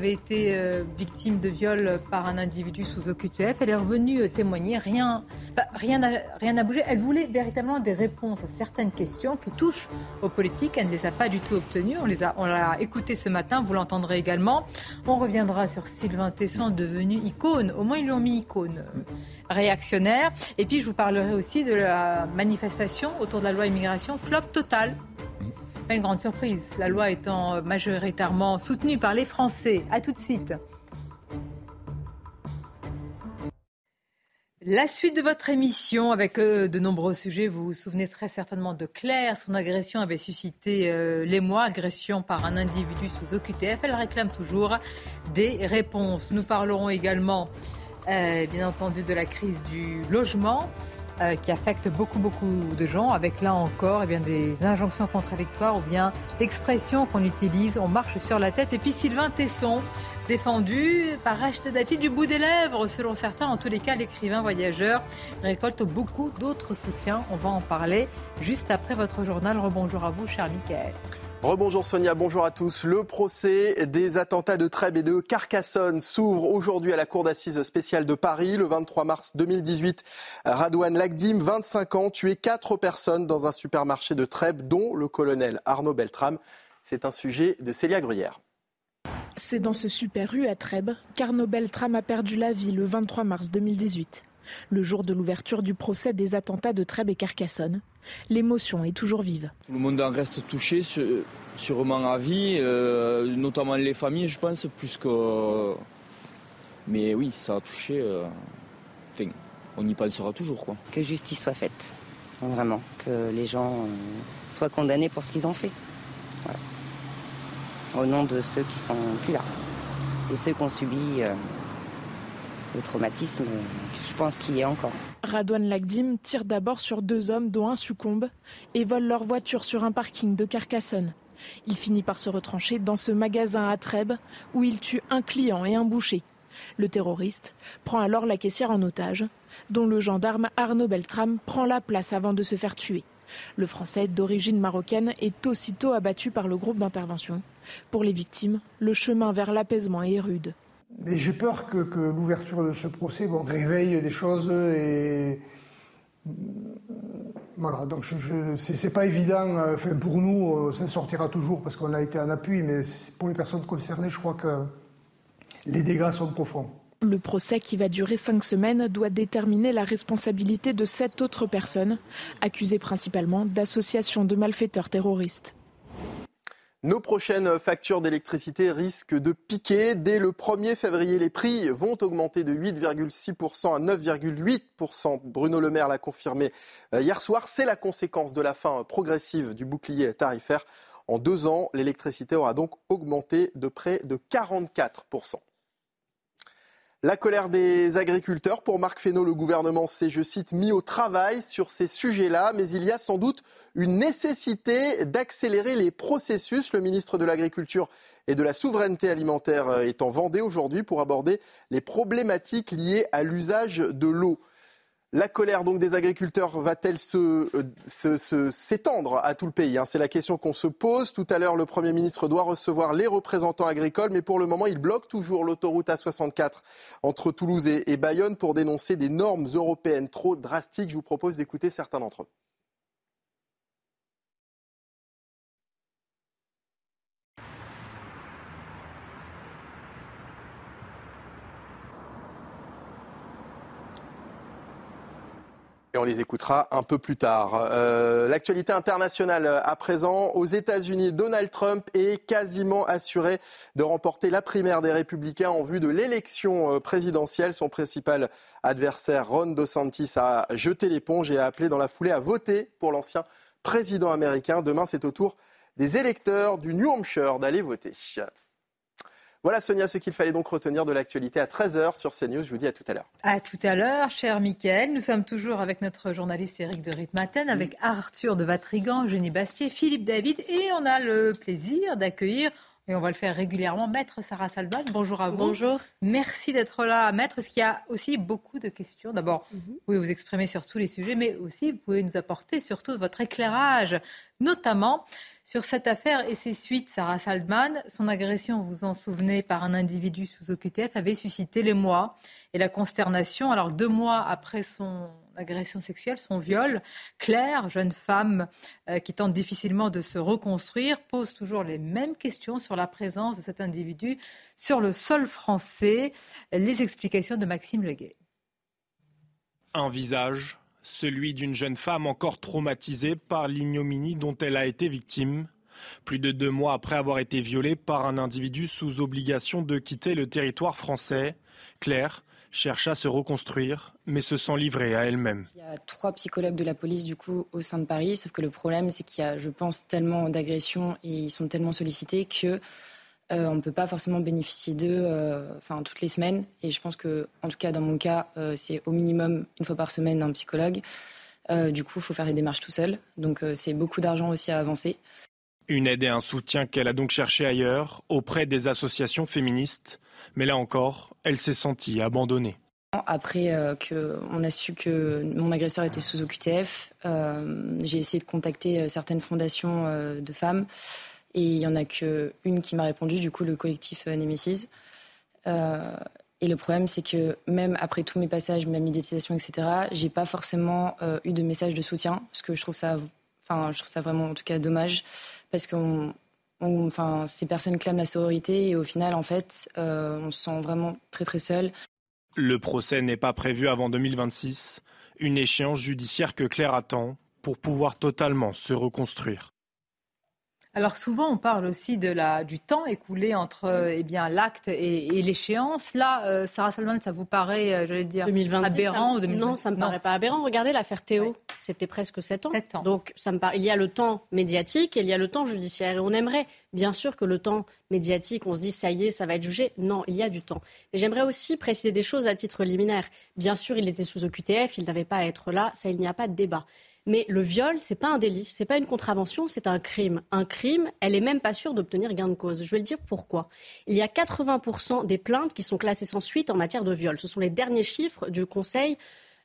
avait été victime de viol par un individu sous OQTF. Elle est revenue témoigner. Rien n'a bougé. Elle voulait véritablement des réponses à certaines questions qui touchent aux politiques. Elle ne les a pas du tout obtenues. On l'a écouté ce matin. Vous l'entendrez également. On reviendra sur Sylvain Tesson, devenu icône. Au moins, ils lui ont mis icône. Réactionnaire. Et puis, je vous parlerai aussi de la manifestation autour de la loi immigration. Flop total. Pas une grande surprise, la loi étant majoritairement soutenue par les Français. A tout de suite. La suite de votre émission avec de nombreux sujets. Vous vous souvenez très certainement de Claire. Son agression avait suscité l'émoi, agression par un individu sous OQTF. Elle réclame toujours des réponses. Nous parlerons également, bien entendu, de la crise du logement. Qui affecte beaucoup de gens, avec là encore des injonctions contradictoires ou bien l'expression qu'on utilise, on marche sur la tête. Et puis Sylvain Tesson, défendu par Rachida Dati du bout des lèvres, selon certains. En tous les cas, l'écrivain voyageur récolte beaucoup d'autres soutiens. On va en parler juste après votre journal. Rebonjour à vous, cher Mickaël. Rebonjour Sonia, bonjour à tous. Le procès des attentats de Trèbes et de Carcassonne s'ouvre aujourd'hui à la cour d'assises spéciale de Paris. Le 23 mars 2018, Radouane Lagdim, 25 ans, tué 4 personnes dans un supermarché de Trèbes, dont le colonel Arnaud Beltrame. C'est un sujet de Célia Gruyère. C'est dans ce Super U à Trèbes qu'Arnaud Beltrame a perdu la vie le 23 mars 2018. Le jour de l'ouverture du procès des attentats de Trèbes et Carcassonne. L'émotion est toujours vive. Tout le monde en reste touché, sûrement à vie, notamment les familles, je pense, plus que... Mais oui, ça a touché... Enfin, on y pensera toujours, quoi. Que justice soit faite, vraiment. Que les gens soient condamnés pour ce qu'ils ont fait. Voilà. Au nom de ceux qui sont plus là. Et ceux qui ont subi le traumatisme, je pense qu'il y a encore. Radouane Lagdim tire d'abord sur 2 hommes dont un succombe et vole leur voiture sur un parking de Carcassonne. Il finit par se retrancher dans ce magasin à Trèbes où il tue un client et un boucher. Le terroriste prend alors la caissière en otage, dont le gendarme Arnaud Beltrame prend la place avant de se faire tuer. Le Français, d'origine marocaine, est aussitôt abattu par le groupe d'intervention. Pour les victimes, le chemin vers l'apaisement est rude. Mais j'ai peur que l'ouverture de ce procès réveille des choses et voilà, donc c'est pas évident. Enfin, pour nous, ça sortira toujours parce qu'on a été en appui, mais pour les personnes concernées, je crois que les dégâts sont profonds. Le procès, qui va durer 5 semaines, doit déterminer la responsabilité de 7 autres personnes, accusées principalement d'association de malfaiteurs terroristes. Nos prochaines factures d'électricité risquent de piquer. Dès le 1er février, les prix vont augmenter de 8,6% à 9,8%. Bruno Le Maire l'a confirmé hier soir. C'est la conséquence de la fin progressive du bouclier tarifaire. En 2 ans, l'électricité aura donc augmenté de près de 44%. La colère des agriculteurs. Pour Marc Fesneau, le gouvernement s'est, je cite, mis au travail sur ces sujets-là. Mais il y a sans doute une nécessité d'accélérer les processus. Le ministre de l'Agriculture et de la Souveraineté alimentaire est en Vendée aujourd'hui pour aborder les problématiques liées à l'usage de l'eau. La colère donc des agriculteurs va-t-elle s'étendre à tout le pays ? C'est la question qu'on se pose. Tout à l'heure, le Premier ministre doit recevoir les représentants agricoles, mais pour le moment, il bloque toujours l'autoroute A64 entre Toulouse et Bayonne pour dénoncer des normes européennes trop drastiques. Je vous propose d'écouter certains d'entre eux. Et on les écoutera un peu plus tard. L'actualité internationale à présent. Aux États-Unis, Donald Trump est quasiment assuré de remporter la primaire des Républicains en vue de l'élection présidentielle. Son principal adversaire, Ron DeSantis, a jeté l'éponge et a appelé dans la foulée à voter pour l'ancien président américain. Demain, c'est au tour des électeurs du New Hampshire d'aller voter. Voilà Sonia, ce qu'il fallait donc retenir de l'actualité à 13h sur CNews. Je vous dis à tout à l'heure. À tout à l'heure, cher Mickaël. Nous sommes toujours avec notre journaliste Éric de Ritmaten, avec Arthur de Vatrigan, Eugénie Bastier, Philippe David. Et on a le plaisir d'accueillir Et on va le faire régulièrement. Maître Sarah Salban, bonjour à vous. Bonjour. Merci d'être là, Maître, parce qu'il y a aussi beaucoup de questions. D'abord, vous pouvez vous exprimer sur tous les sujets, mais aussi vous pouvez nous apporter surtout votre éclairage, notamment sur cette affaire et ses suites. Sarah Salban, son agression, vous vous en souvenez, par un individu sous OQTF avait suscité l'émoi et la consternation. Alors 2 mois après son agression sexuelle, son viol, Claire, jeune femme qui tente difficilement de se reconstruire, pose toujours les mêmes questions sur la présence de cet individu sur le sol français. Les explications de Maxime Leguet. Un visage, celui d'une jeune femme encore traumatisée par l'ignominie dont elle a été victime. Plus de 2 mois après avoir été violée par un individu sous obligation de quitter le territoire français, Claire cherche à se reconstruire, mais se sent livrée à elle-même. Il y a 3 psychologues de la police du coup au sein de Paris, sauf que le problème c'est qu'il y a, je pense, tellement d'agressions et ils sont tellement sollicités que on ne peut pas forcément bénéficier d'eux toutes les semaines. Et je pense que, en tout cas dans mon cas, c'est au minimum 1 fois par semaine un psychologue. Du coup, il faut faire les démarches tout seul. Donc c'est beaucoup d'argent aussi à avancer. Une aide et un soutien qu'elle a donc cherché ailleurs, auprès des associations féministes. Mais là encore, elle s'est sentie abandonnée. Après qu'on a su que mon agresseur était sous OQTF, j'ai essayé de contacter certaines fondations de femmes. Et il n'y en a qu'une qui m'a répondu, du coup le collectif Némésis. Et le problème, c'est que même après tous mes passages, ma médiatisation, etc., j'ai pas forcément eu de message de soutien. Parce que je trouve ça vraiment, en tout cas, dommage. Parce que ces personnes clament la sororité et au final, en fait, on se sent vraiment très très seul. Le procès n'est pas prévu avant 2026, une échéance judiciaire que Claire attend pour pouvoir totalement se reconstruire. Alors souvent, on parle aussi du temps écoulé entre l'acte et l'échéance. Là, Sarah Salban, ça vous paraît, 2026, aberrant ou 2026? Non, ça ne me paraît pas aberrant. Regardez l'affaire Théo, c'était presque 7 ans. Donc il y a le temps médiatique et il y a le temps judiciaire. Et on aimerait bien sûr que le temps médiatique, on se dise ça y est, ça va être jugé. Non, il y a du temps. Mais j'aimerais aussi préciser des choses à titre liminaire. Bien sûr, il était sous OQTF, il n'avait pas à être là, ça, il n'y a pas de débat. Mais le viol, c'est pas un délit, c'est pas une contravention, c'est un crime. Un crime, elle est même pas sûre d'obtenir gain de cause. Je vais le dire pourquoi. Il y a 80% des plaintes qui sont classées sans suite en matière de viol. Ce sont les derniers chiffres du Conseil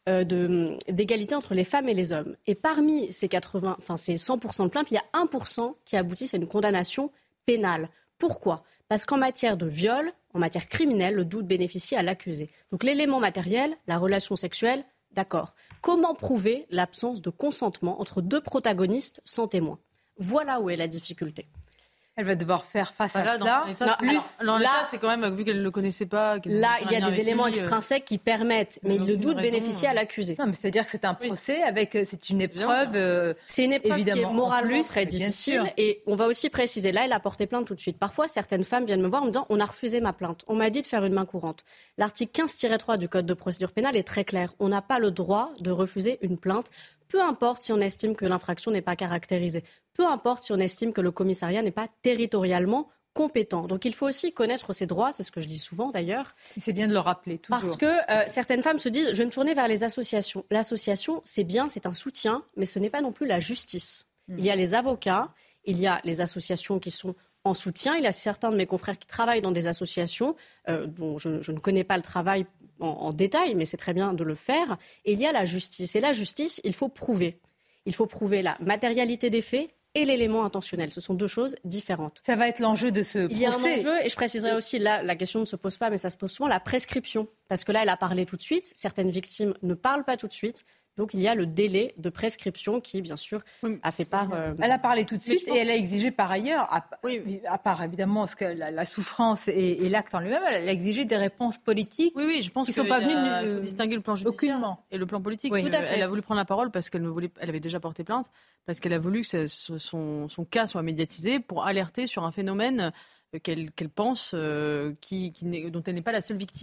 d'égalité entre les femmes et les hommes. Et parmi ces 100% de plaintes, il y a 1% qui aboutissent à une condamnation pénale. Pourquoi ? Parce qu'en matière de viol, en matière criminelle, le doute bénéficie à l'accusé. Donc l'élément matériel, la relation sexuelle, d'accord. Comment prouver l'absence de consentement entre 2 protagonistes sans témoin ? Voilà où est la difficulté. Elle va devoir faire face à cela. Dans l'état, c'est quand même, vu qu'elle ne le connaissait pas... Là, il y a des éléments extrinsèques qui permettent, mais le doute bénéficie à l'accusé. Non, mais c'est-à-dire que c'est un procès c'est une épreuve... C'est une épreuve évidemment, qui est moralement très difficile. Et on va aussi préciser, là, elle a porté plainte tout de suite. Parfois, certaines femmes viennent me voir en me disant « on a refusé ma plainte, on m'a dit de faire une main courante ». L'article 15-3 du Code de procédure pénale est très clair. On n'a pas le droit de refuser une plainte, peu importe si on estime que l'infraction n'est pas caractérisée, peu importe si on estime que le commissariat n'est pas territorialement compétent. Donc il faut aussi connaître ses droits, c'est ce que je dis souvent d'ailleurs. C'est bien de le rappeler toujours. Parce que certaines femmes se disent « je vais me tourner vers les associations ». L'association, c'est bien, c'est un soutien, mais ce n'est pas non plus la justice. Il y a les avocats, il y a les associations qui sont en soutien, il y a certains de mes confrères qui travaillent dans des associations dont je ne connais pas le travail en détail, mais c'est très bien de le faire. Et il y a la justice. Et la justice, il faut prouver. Il faut prouver la matérialité des faits et l'élément intentionnel. Ce sont 2 choses différentes. Ça va être l'enjeu de ce procès. Il y a un enjeu, et je préciserai aussi, là, la question ne se pose pas, mais ça se pose souvent, la prescription. Parce que là, elle a parlé tout de suite. Certaines victimes ne parlent pas tout de suite. Donc il y a le délai de prescription qui, bien sûr, a fait part... Elle a parlé tout de suite et elle a exigé par ailleurs, à part évidemment ce que la souffrance et l'acte en lui-même, elle a exigé des réponses politiques. Oui, je pense qu'ils ne sont pas venus... Il faut distinguer le plan judiciaire et le plan politique. Oui, tout à fait. Elle a voulu prendre la parole parce qu'elle avait déjà porté plainte, parce qu'elle a voulu que son cas soit médiatisé pour alerter sur un phénomène qu'elle pense dont elle n'est pas la seule victime.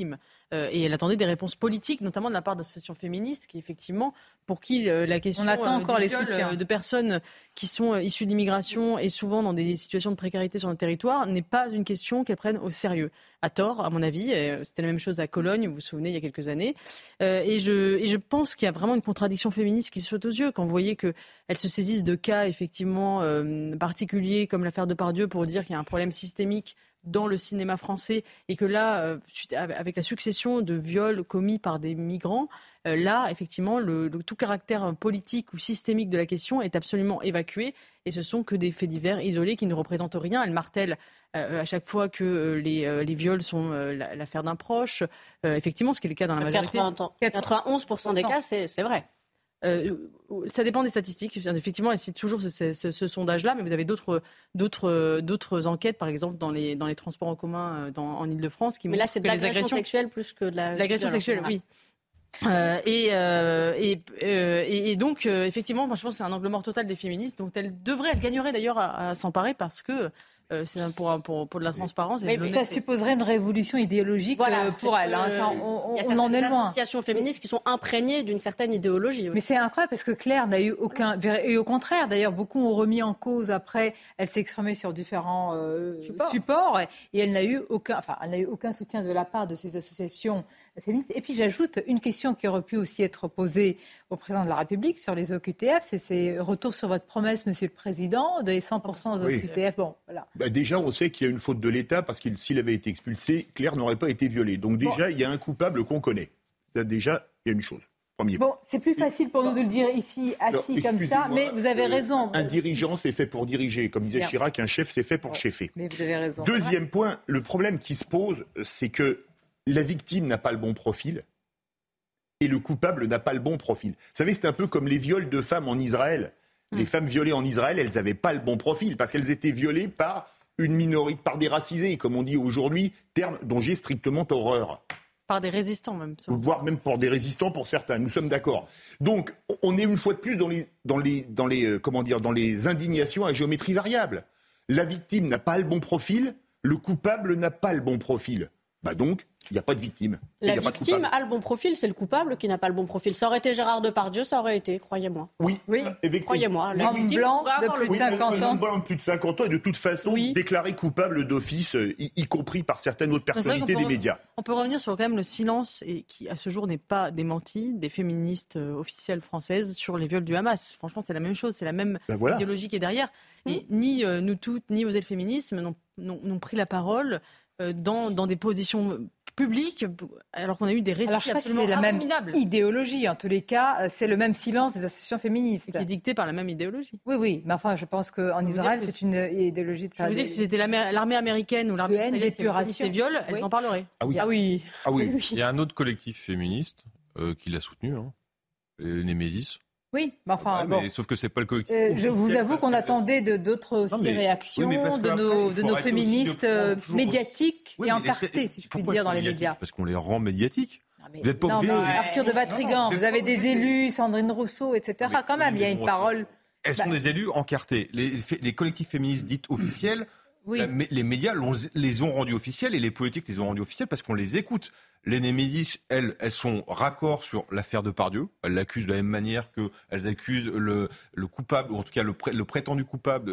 Et elle attendait des réponses politiques, notamment de la part d'associations féministes, qui effectivement, pour qui la question on attend encore les soutiens de personnes qui sont issues d'immigration et souvent dans des situations de précarité sur le territoire n'est pas une question qu'elles prennent au sérieux. À tort, à mon avis. C'était la même chose à Cologne, vous vous souvenez, il y a quelques années. Et je pense qu'il y a vraiment une contradiction féministe qui se saute aux yeux quand vous voyez qu'elles se saisissent de cas effectivement particuliers comme l'affaire Depardieu pour dire qu'il y a un problème systémique dans le cinéma français et que là, avec la succession de viols commis par des migrants, là, effectivement, le tout caractère politique ou systémique de la question est absolument évacué et ce sont que des faits divers isolés qui ne représentent rien. Elle martèle à chaque fois que les viols sont l'affaire d'un proche. Effectivement, ce qui est le cas dans la majorité. 91% des cas, c'est vrai. Ça dépend des statistiques. Effectivement, et c'est toujours ce sondage-là, mais vous avez d'autres enquêtes, par exemple dans les transports en commun en Ile-de-France, qui montrent que mais là, c'est de l'agression sexuelle plus que de l'agression sexuelle, oui. Et donc, effectivement, moi, je pense que c'est un angle mort total des féministes. Donc, elle gagnerait d'ailleurs à s'emparer parce que c'est pour de la transparence. Mais ça supposerait une révolution idéologique pour elle. Il y a certaines associations féministes qui sont imprégnées d'une certaine idéologie. Mais c'est incroyable parce que Claire n'a eu aucun... Et au contraire, d'ailleurs, beaucoup ont remis en cause après. Elle s'est exprimée sur différents supports et elle n'a eu aucun soutien de la part de ces associations féministes. Et puis j'ajoute une question qui aurait pu aussi être posée au président de la République sur les OQTF. C'est retour sur votre promesse, Monsieur le Président, des 100% des OQTF. Bon, voilà. Déjà, on sait qu'il y a une faute de l'État parce que s'il avait été expulsé, Claire n'aurait pas été violée. Donc déjà, il y a un coupable qu'on connaît. Déjà, il y a une chose. C'est plus facile pour nous de le dire ici, assis comme ça, mais vous avez raison. Un dirigeant, c'est fait pour diriger. Comme disait Chirac, un chef, c'est fait pour cheffer. Mais vous avez raison. Deuxième point, le problème qui se pose, c'est que la victime n'a pas le bon profil et le coupable n'a pas le bon profil. Vous savez, c'est un peu comme les viols de femmes en Israël. Les femmes violées en Israël, elles n'avaient pas le bon profil parce qu'elles étaient violées par une minorité, par des racisés, comme on dit aujourd'hui, terme dont j'ai strictement horreur. Par des résistants même. Voire même pour des résistants pour certains, nous sommes d'accord. Donc on est une fois de plus dans les indignations à géométrie variable. La victime n'a pas le bon profil, le coupable n'a pas le bon profil. Donc, il n'y a pas de victime. La victime a le bon profil, c'est le coupable qui n'a pas le bon profil. Ça aurait été Gérard Depardieu, ça aurait été, croyez-moi. Oui. Croyez-moi. L'homme blanc de plus de 50 ans. Blanc de plus de 50 ans et de toute façon déclaré coupable d'office, y compris par certaines autres personnalités des médias. On peut revenir sur quand même le silence, et qui à ce jour n'est pas démenti, des féministes officielles françaises sur les viols du Hamas. Franchement, c'est la même chose, c'est la même idéologie qui est derrière. Et ni nous toutes, ni Oser le féminisme n'ont pris la parole dans des positions publiques, alors qu'on a eu des récits absolument abominables. C'est la même idéologie, en tous les cas, c'est le même silence des associations féministes. Et qui est dicté par la même idéologie. Oui, mais enfin, je pense qu'en Israël, c'est une idéologie... Je veux dire que si c'était l'armée américaine ou l'armée israélienne qui avait ces viols, elles en parleraient. Ah oui. Il y a un autre collectif féministe qui l'a soutenu, Némésis. Oui, mais enfin, sauf que c'est pas le collectif. Je vous avoue qu'on attendait d'autres réactions de nos féministes médiatiques et encartées, si je puis dire, dans les médias. Parce qu'on les rend médiatiques. Vous êtes pas obligé. Arthur de Vatrigan, vous avez des élus, Sandrine Rousseau, etc. Quand même, il y a une parole. Elles sont des élus encartés. Les collectifs féministes dites officiels, les médias les ont rendus officiels et les politiques les ont rendus officiels parce qu'on les écoute. Les Némésis, elles sont raccord sur l'affaire Depardieu. Elles l'accusent de la même manière qu'elles accusent le coupable, ou en tout cas le prétendu coupable,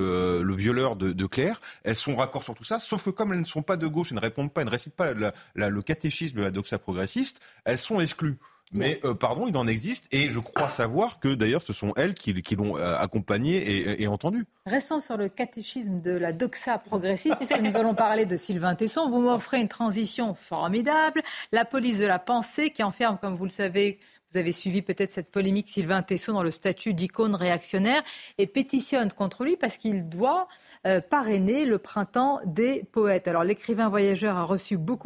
le violeur de Claire. Elles sont raccord sur tout ça, sauf que comme elles ne sont pas de gauche et ne répondent pas, elles ne récitent pas le catéchisme de la doxa progressiste, elles sont exclues. Mais il en existe et je crois savoir que d'ailleurs ce sont elles qui l'ont accompagné et entendu. Restons sur le catéchisme de la doxa progressiste puisque nous allons parler de Sylvain Tesson. Vous m'offrez une transition formidable. La police de la pensée qui enferme, comme vous le savez, vous avez suivi peut-être cette polémique, Sylvain Tesson dans le statut d'icône réactionnaire et pétitionne contre lui parce qu'il doit parrainer le printemps des poètes. Alors l'écrivain voyageur a reçu beaucoup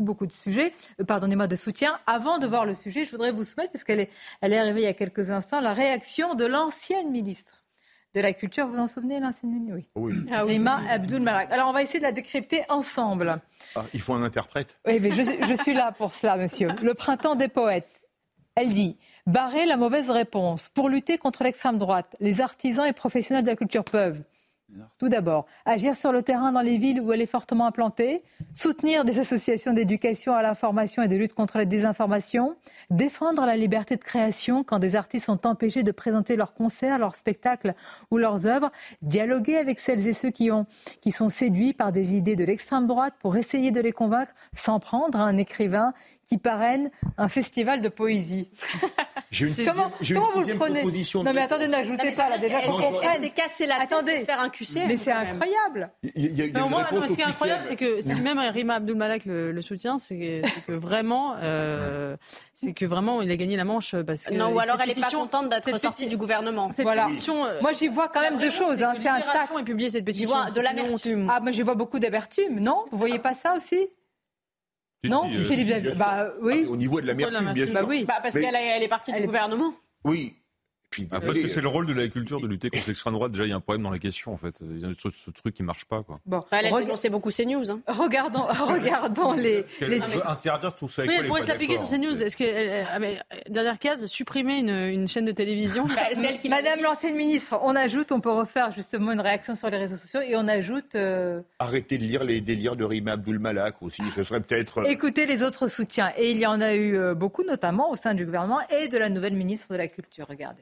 de soutien. Avant de voir le sujet, je voudrais vous soumettre, parce qu'elle est arrivée il y a quelques instants, la réaction de l'ancienne ministre de la Culture. Vous en souvenez, l'ancienne ministre ? Oui. Rima Abdul Malak. Alors on va essayer de la décrypter ensemble. Il faut un interprète. Oui, mais je suis là pour cela, monsieur. Le printemps des poètes. Elle dit « Barrer la mauvaise réponse. Pour lutter contre l'extrême droite, les artisans et professionnels de la culture peuvent Tout d'abord, agir sur le terrain dans les villes où elle est fortement implantée, soutenir des associations d'éducation à l'information et de lutte contre la désinformation, défendre la liberté de création quand des artistes sont empêchés de présenter leurs concerts, leurs spectacles ou leurs œuvres, dialoguer avec celles et ceux qui sont séduits par des idées de l'extrême droite pour essayer de les convaincre, s'en prendre à un écrivain qui parraine un festival de poésie. Comment vous le prenez ? Non mais attendez, n'ajoutez pas là déjà qu'on comprenne. C'est casser la tête de faire un QCM. Mais c'est incroyable. Ce qui est incroyable, c'est que si même Rima Abdul-Malak le soutient, c'est que vraiment, il a gagné la manche parce que. Non, ou alors elle n'est pas contente d'être sortie du gouvernement. Voilà. Moi, j'y vois quand même deux choses. C'est un tac. Et publier cette pétition. J'y vois de l'amertume. Ah, moi, j'y vois beaucoup d'amertume. Non, vous voyez pas ça aussi ? Non, oui. Au niveau de l'amertume, bien sûr. Parce qu'elle est partie du gouvernement. Oui. Parce que c'est le rôle de la culture de lutter contre l'extrême droite. Déjà, il y a un problème dans la question, en fait. Il y a ce truc qui marche pas, quoi. Bon, elle dénonçait beaucoup CNews. Hein. Regardons les. Elle veut interdire tout ça. Oui, elle pourrait s'appliquer sur CNews. Est-ce que dernière case, supprimer une chaîne de télévision. Madame l'ancienne ministre, on peut refaire justement une réaction sur les réseaux sociaux et on ajoute. Arrêtez de lire les délires de Rima Abdul-Malak aussi. Ce serait peut-être. Écoutez les autres soutiens et il y en a eu beaucoup, notamment au sein du gouvernement et de la nouvelle ministre de la Culture. Regardez.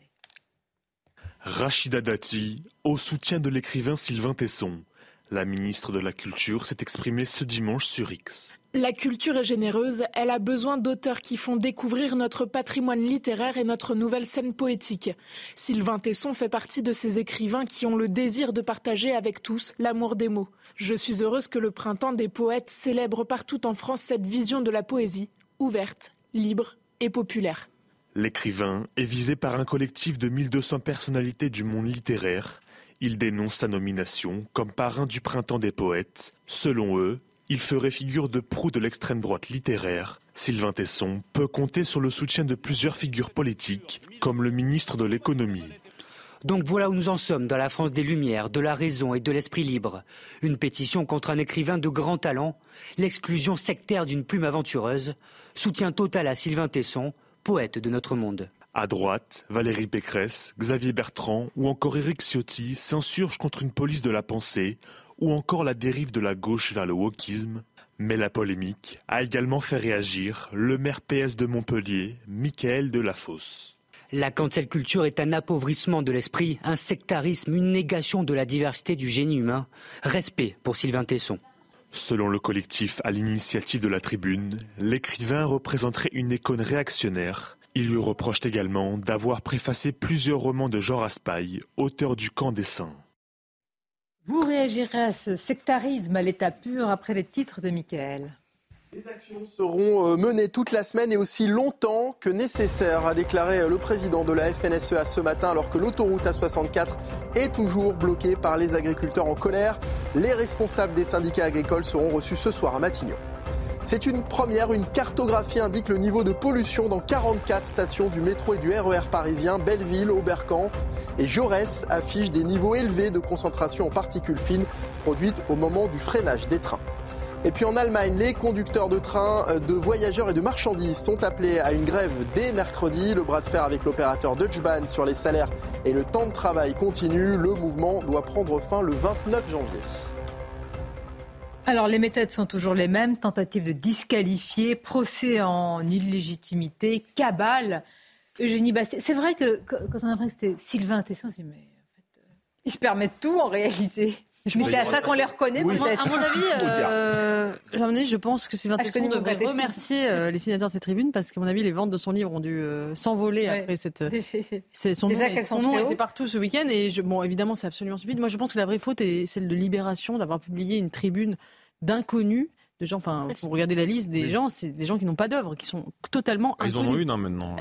Rachida Dati, au soutien de l'écrivain Sylvain Tesson. La ministre de la Culture s'est exprimée ce dimanche sur X. La culture est généreuse, elle a besoin d'auteurs qui font découvrir notre patrimoine littéraire et notre nouvelle scène poétique. Sylvain Tesson fait partie de ces écrivains qui ont le désir de partager avec tous l'amour des mots. Je suis heureuse que le Printemps des poètes célèbre partout en France cette vision de la poésie, ouverte, libre et populaire. L'écrivain est visé par un collectif de 1200 personnalités du monde littéraire. Il dénonce sa nomination comme parrain du Printemps des poètes. Selon eux, il ferait figure de proue de l'extrême droite littéraire. Sylvain Tesson peut compter sur le soutien de plusieurs figures politiques, comme le ministre de l'économie. Donc voilà où nous en sommes dans la France des Lumières, de la raison et de l'esprit libre. Une pétition contre un écrivain de grand talent, l'exclusion sectaire d'une plume aventureuse, soutien total à Sylvain Tesson, poète de notre monde. À droite, Valérie Pécresse, Xavier Bertrand ou encore Éric Ciotti s'insurgent contre une police de la pensée ou encore la dérive de la gauche vers le wokisme. Mais la polémique a également fait réagir le maire PS de Montpellier, Mickaël Delafosse. La cancel culture est un appauvrissement de l'esprit, un sectarisme, une négation de la diversité du génie humain. Respect pour Sylvain Tesson. Selon le collectif à l'initiative de la Tribune, l'écrivain représenterait une icône réactionnaire. Il lui reproche également d'avoir préfacé plusieurs romans de Jean Raspail, auteur du Camp des Saints. Vous réagirez à ce sectarisme à l'état pur après les titres de Mickaël. Les actions seront menées toute la semaine et aussi longtemps que nécessaire, a déclaré le président de la FNSEA ce matin, alors que l'autoroute A64 est toujours bloquée par les agriculteurs en colère. Les responsables des syndicats agricoles seront reçus ce soir à Matignon. C'est une première, une cartographie indique le niveau de pollution dans 44 stations du métro et du RER parisien. Belleville, Oberkampf et Jaurès affichent des niveaux élevés de concentration en particules fines produites au moment du freinage des trains. Et puis en Allemagne, les conducteurs de trains, de voyageurs et de marchandises sont appelés à une grève dès mercredi. Le bras de fer avec l'opérateur Deutsche Bahn sur les salaires et le temps de travail continue. Le mouvement doit prendre fin le 29 janvier. Alors les méthodes sont toujours les mêmes, tentative de disqualifier, procès en illégitimité, cabale. Eugénie Bastier, c'est vrai que quand on a appris que c'était Sylvain Tesson, on s'est dit mais en fait, ils se permettent tout en réalité. Mais c'est à ça qu'on les reconnaît peut-être. À mon avis, je pense que Sylvain Tesson devrait remercier les signataires de cette tribune parce qu'à mon avis, les ventes de son livre ont dû s'envoler après cette. Son nom était partout ce week-end et évidemment, c'est absolument stupide. Moi, je pense que la vraie faute est celle de Libération d'avoir publié une tribune d'inconnus. De gens, enfin, vous regardez la liste des gens, c'est des gens qui n'ont pas d'œuvre, qui sont totalement inconnus. Ils en ont une maintenant.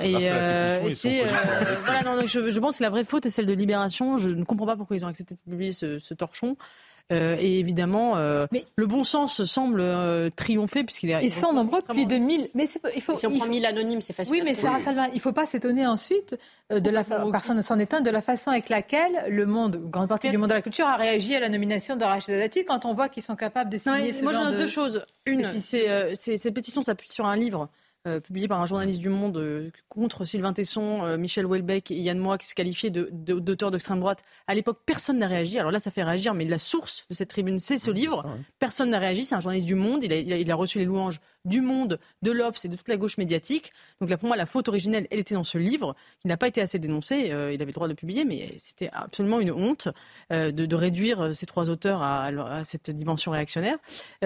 Je pense que la vraie faute est celle de Libération. Je ne comprends pas pourquoi ils ont accepté de publier ce torchon. Et évidemment, le bon sens semble triompher puisqu'il est. Ils sont nombreux depuis 2000. Mais si on prend 1000 anonymes, c'est facile. Oui, mais Sarah Salvin, il ne faut pas s'étonner ensuite personne ne s'en étonne de la façon avec laquelle une grande partie du monde de la culture a réagi à la nomination de Rachida Dati quand on voit qu'ils sont capables de signer. Moi, je note deux choses. Une, cette pétition s'appuie sur un livre publié par un journaliste du Monde contre Sylvain Tesson, Michel Houellebecq et Yann Moix, qui se qualifiaient d'auteurs d'extrême droite. À l'époque, personne n'a réagi. Alors là, ça fait réagir, mais la source de cette tribune, c'est ce livre. Personne n'a réagi. C'est un journaliste du Monde. Il a reçu les louanges du Monde, de l'Obs et de toute la gauche médiatique. Donc là, pour moi, la faute originelle, elle était dans ce livre, qui n'a pas été assez dénoncé. Il avait le droit de le publier, mais c'était absolument une honte de réduire ces 3 auteurs à cette dimension réactionnaire.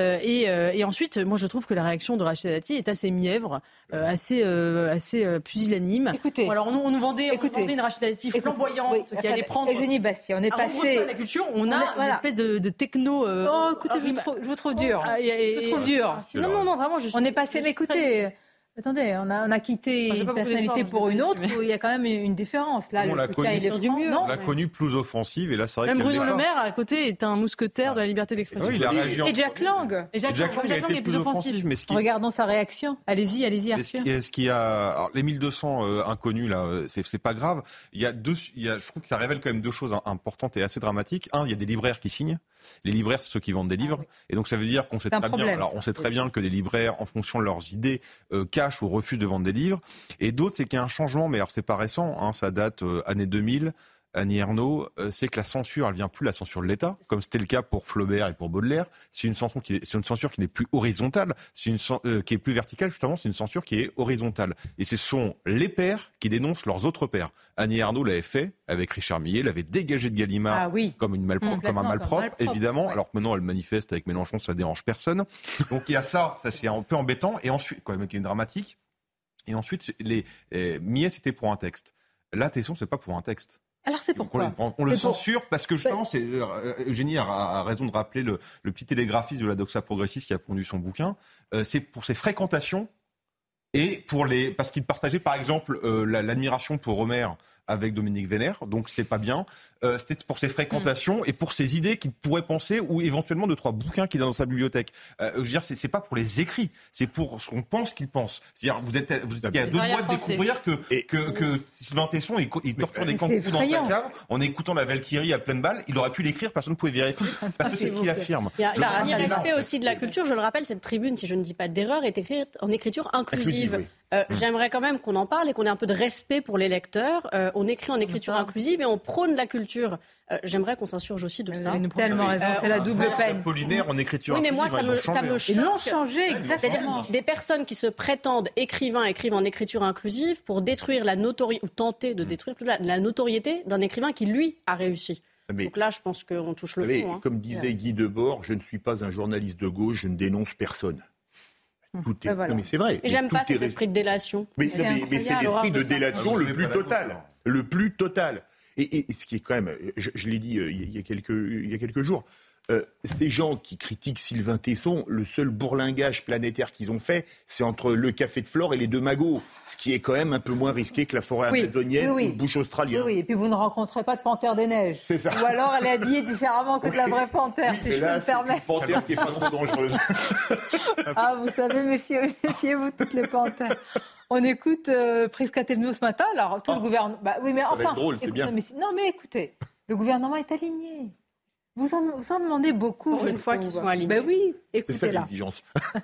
Et ensuite, moi, je trouve que la réaction de Rachida Dati est assez mièvre, assez pusillanime. Écoutez, bon, alors on nous vendait une Rachida Dati flamboyante qui allait prendre. Eugénie Bastier, on est passé la culture, on a une espèce de techno. Écoutez, je vous trouve dur. Je trouve dur. Non, vraiment. On est passé, mais écoutez, attendez, on a quitté une personnalité pour une autre, où il y a quand même une différence. Là, on l'a connue plus offensive, et là, c'est vrai même Bruno Le Maire, à côté, est un mousquetaire de la liberté d'expression. Oui, il a réagi. Et Jack Lang. Jack Lang a été plus offensif. Regardons sa réaction. Allez-y, Arthur. Alors, les 1200 inconnus, là, c'est pas grave. Je trouve que ça révèle quand même 2 choses importantes et assez dramatiques. Un, il y a des libraires qui signent. Les libraires, c'est ceux qui vendent des livres. Et donc, ça veut dire qu'on sait très bien. Alors, on sait très bien que les libraires, en fonction de leurs idées, cachent ou refusent de vendre des livres. Et d'autres, c'est qu'il y a un changement, mais alors c'est pas récent, ça date années 2000. Annie Ernaux, c'est que la censure, elle vient plus de la censure de l'État, comme c'était le cas pour Flaubert et pour Baudelaire. C'est une censure qui n'est plus horizontale, qui est plus verticale, justement, c'est une censure qui est horizontale. Et ce sont les pairs qui dénoncent leurs autres pairs. Annie Ernaux l'avait fait avec Richard Millet, l'avait dégagé de Gallimard comme un malpropre, évidemment, alors que maintenant elle manifeste avec Mélenchon, ça dérange personne. Donc il y a ça c'est un peu embêtant, et ensuite, quand même, qui est dramatique. Et ensuite, Millet, c'était pour un texte. Là, Tesson, c'est pas pour un texte. Alors c'est pourquoi on le censure parce que justement, Eugénie a raison de rappeler le petit télégraphiste de la doxa progressiste qui a pondu son bouquin. C'est pour ses fréquentations et parce qu'il partageait par exemple l'admiration pour Homer avec Dominique Vénère, donc c'était pas bien. C'était pour ses fréquentations et pour ses idées qu'il pourrait penser, ou éventuellement 2-3 bouquins qu'il a dans sa bibliothèque. Je veux dire, c'est pas pour les écrits, c'est pour ce qu'on pense qu'il pense. C'est-à-dire, vous êtes à 2 mois de découvrir que Sylvain Tesson il torture des kangourous dans sa cave en écoutant la Valkyrie à pleine balle. Il aurait pu l'écrire, personne ne pouvait vérifier parce que c'est ce qu'il affirme. Il y a un irrespect aussi de la culture. Je le rappelle, cette tribune, si je ne dis pas d'erreur, est écrite en écriture inclusive. J'aimerais quand même qu'on en parle et qu'on ait un peu de respect pour les lecteurs. On écrit en écriture inclusive et on prône la culture. J'aimerais qu'on s'insurge aussi de ça. Vous avez tellement raison, c'est la double peine. Apollinaire en écriture inclusive. Oui, mais moi, ça me choque. Ils l'ont changé, exactement. C'est-à-dire des personnes qui se prétendent écrivains écrivent en écriture inclusive pour détruire la notoriété, ou tenter de détruire la notoriété d'un écrivain qui, lui, a réussi. Donc là, je pense qu'on touche le fond. Comme disait Guy Debord, je ne suis pas un journaliste de gauche, je ne dénonce personne. Voilà. Non, mais c'est vrai. Et j'aime pas cet esprit de délation. Mais c'est l'esprit de délation le plus total. Le plus total. Et ce qui est quand même, je l'ai dit il y a quelques jours, ces gens qui critiquent Sylvain Tesson, le seul bourlingage planétaire qu'ils ont fait, c'est entre le café de Flore et les 2 magots, ce qui est quand même un peu moins risqué que la forêt amazonienne ou le bush australien. Oui, et puis vous ne rencontrez pas de panthère des neiges. C'est ça. Ou alors elle est habillée différemment que de la vraie panthère, si je peux me permettre. C'est une panthère qui n'est pas trop dangereuse. Vous savez, méfiez-vous de toutes les panthères. On écoute Prisca Thévenot ce matin, alors tout le gouvernement... oui, mais ça va être drôle, c'est bien. Mais écoutez, le gouvernement est aligné. Vous en demandez beaucoup. Pour une fois qu'ils sont alignés. Oui, écoutez. C'est ça l'exigence.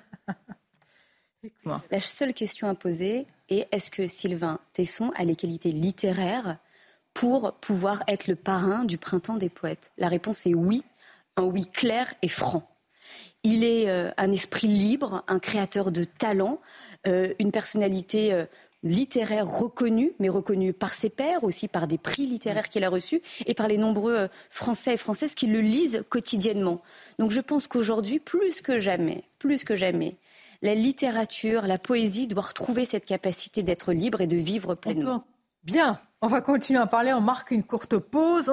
La seule question à poser est est-ce que Sylvain Tesson a les qualités littéraires pour pouvoir être le parrain du Printemps des poètes ? La réponse est oui, un oui clair et franc. Il est un esprit libre, un créateur de talent, une personnalité littéraire reconnue, mais reconnue par ses pairs, aussi par des prix littéraires qu'il a reçus et par les nombreux Français et Françaises qui le lisent quotidiennement. Donc je pense qu'aujourd'hui, plus que jamais, la littérature, la poésie doit retrouver cette capacité d'être libre et de vivre pleinement. Bien, on va continuer à parler, on marque une courte pause.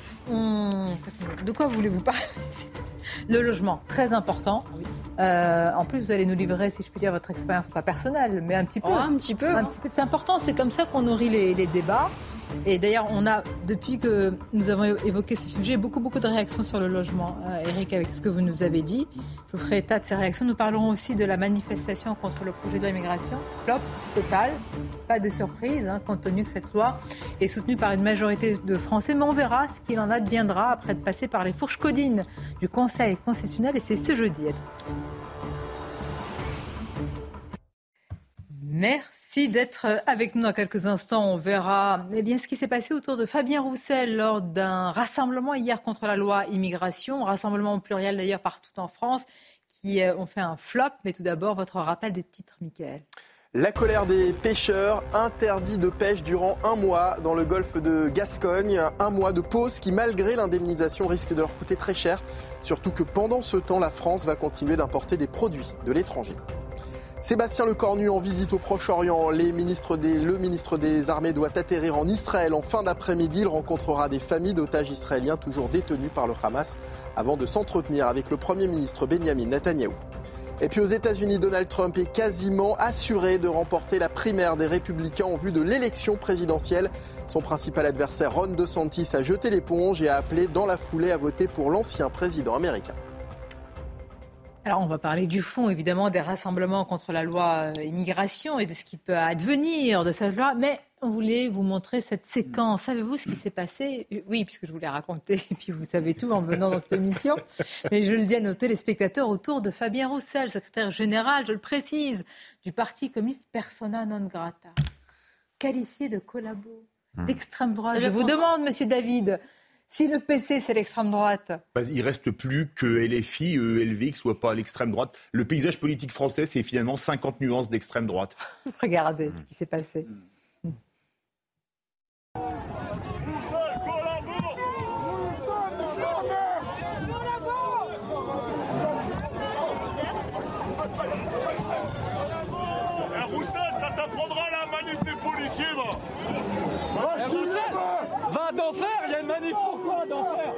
De quoi voulez-vous parler ? Le logement, très important. En plus, vous allez nous livrer, si je puis dire, votre expérience, pas personnelle, mais un petit peu. Un petit peu. C'est important, c'est comme ça qu'on nourrit les débats. Et d'ailleurs, on a, depuis que nous avons évoqué ce sujet, beaucoup de réactions sur le logement. Eric, avec ce que vous nous avez dit, je vous ferai état de ces réactions. Nous parlerons aussi de la manifestation contre le projet de loi immigration. Flop total, pas de surprise, compte tenu que cette loi est soutenue par une majorité de Français. Mais on verra ce qu'il en adviendra après de passer par les fourches codines du Conseil constitutionnel. Et c'est ce jeudi. À tout de suite. Merci d'être avec nous dans quelques instants. On verra ce qui s'est passé autour de Fabien Roussel lors d'un rassemblement hier contre la loi immigration. Rassemblement au pluriel d'ailleurs partout en France qui ont fait un flop. Mais tout d'abord, votre rappel des titres, Mickaël. La colère des pêcheurs, interdit de pêche durant 1 mois dans le golfe de Gascogne. 1 mois de pause qui, malgré l'indemnisation, risque de leur coûter très cher. Surtout que pendant ce temps, la France va continuer d'importer des produits de l'étranger. Sébastien Lecornu en visite au Proche-Orient. Le ministre des Armées doit atterrir en Israël en fin d'après-midi. Il rencontrera des familles d'otages israéliens toujours détenus par le Hamas avant de s'entretenir avec le Premier ministre Benyamin Netanyahou. Et puis aux États-Unis, Donald Trump est quasiment assuré de remporter la primaire des Républicains en vue de l'élection présidentielle. Son principal adversaire, Ron DeSantis, a jeté l'éponge et a appelé dans la foulée à voter pour l'ancien président américain. Alors on va parler du fond, évidemment, des rassemblements contre la loi immigration et de ce qui peut advenir de cette loi. Mais on voulait vous montrer cette séquence. Savez-vous ce qui s'est passé ? Oui, puisque je vous l'ai raconté, et puis vous savez tout en venant dans cette émission. Mais je le dis à nos téléspectateurs autour de Fabien Roussel, secrétaire général, je le précise, du Parti communiste persona non grata, qualifié de collabo, d'extrême droite. Je vous demande, monsieur David, si le PC, c'est l'extrême droite. Il ne reste plus que LFI, ELV, qui ne soit pas à l'extrême droite. Le paysage politique français, c'est finalement 50 nuances d'extrême droite. Regardez ce qui s'est passé. Roussel, ça t'apprendra la manif des policiers, va. Roussel, va d'enfer, il y a une manif pourquoi d'enfer?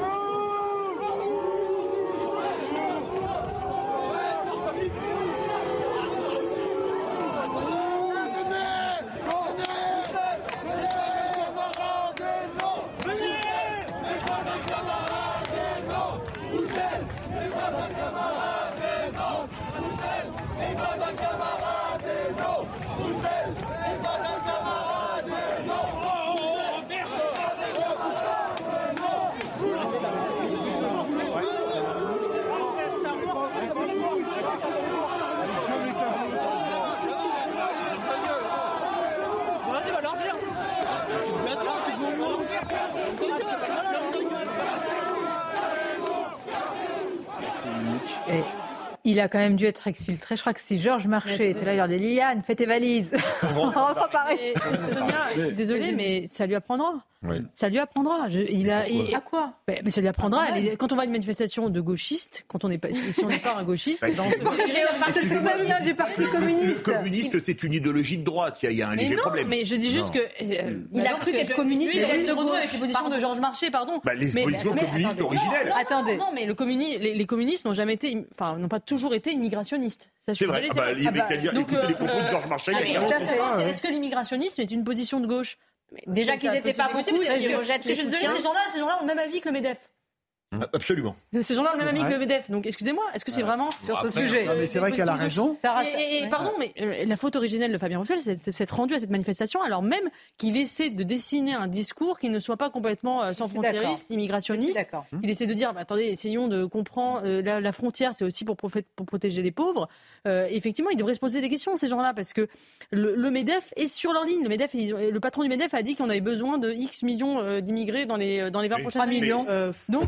Et il a quand même dû être exfiltré. Je crois que si Georges Marchais était là, il leur dit Liliane, fais tes valises. On rentre pareil. Sonia, désolée, mais ça lui apprendra. Oui. Ça lui apprendra. À quoi? Mais ça lui apprendra. Quand on va à une manifestation de gauchistes, quand on n'est pas, si on n'est pas un gauchiste, c'est ce du Parti communiste. Le communiste, c'est une idéologie de droite. Il y a un léger problème. Mais je dis juste que il a cru qu'être communiste, il est de gauche avec les positions de Georges Marchais, pardon. Les positions communistes originelles. Attendez. Non, mais les communistes n'ont jamais été, n'ont pas toujours été immigrationnistes. C'est vrai. Il y avait qu'à dire écoutez les propos de Georges Marchais. Est-ce que l'immigrationnisme est une position de gauche? Déjà qu'ils n'étaient pas beaucoup, ils rejettent les soutiens. Ces gens-là ont le même avis que le MEDEF. Absolument. Ces gens-là ont le même avis que le MEDEF. Donc, excusez-moi, est-ce que c'est vraiment sur ce sujet? Non, mais c'est vrai qu'elle a raison. Pardon, mais la faute originelle de Fabien Roussel, c'est s'être rendu à cette manifestation alors même qu'il essaie de dessiner un discours qui ne soit pas complètement sans frontiériste, immigrationniste. Il essaie de dire, attendez, essayons de comprendre la frontière, c'est aussi pour protéger les pauvres. Effectivement, ils devraient se poser des questions, ces gens-là, parce que le MEDEF est sur leur ligne. Le patron du MEDEF a dit qu'on avait besoin de X millions d'immigrés dans les 20 prochaines années. 3 millions. Donc,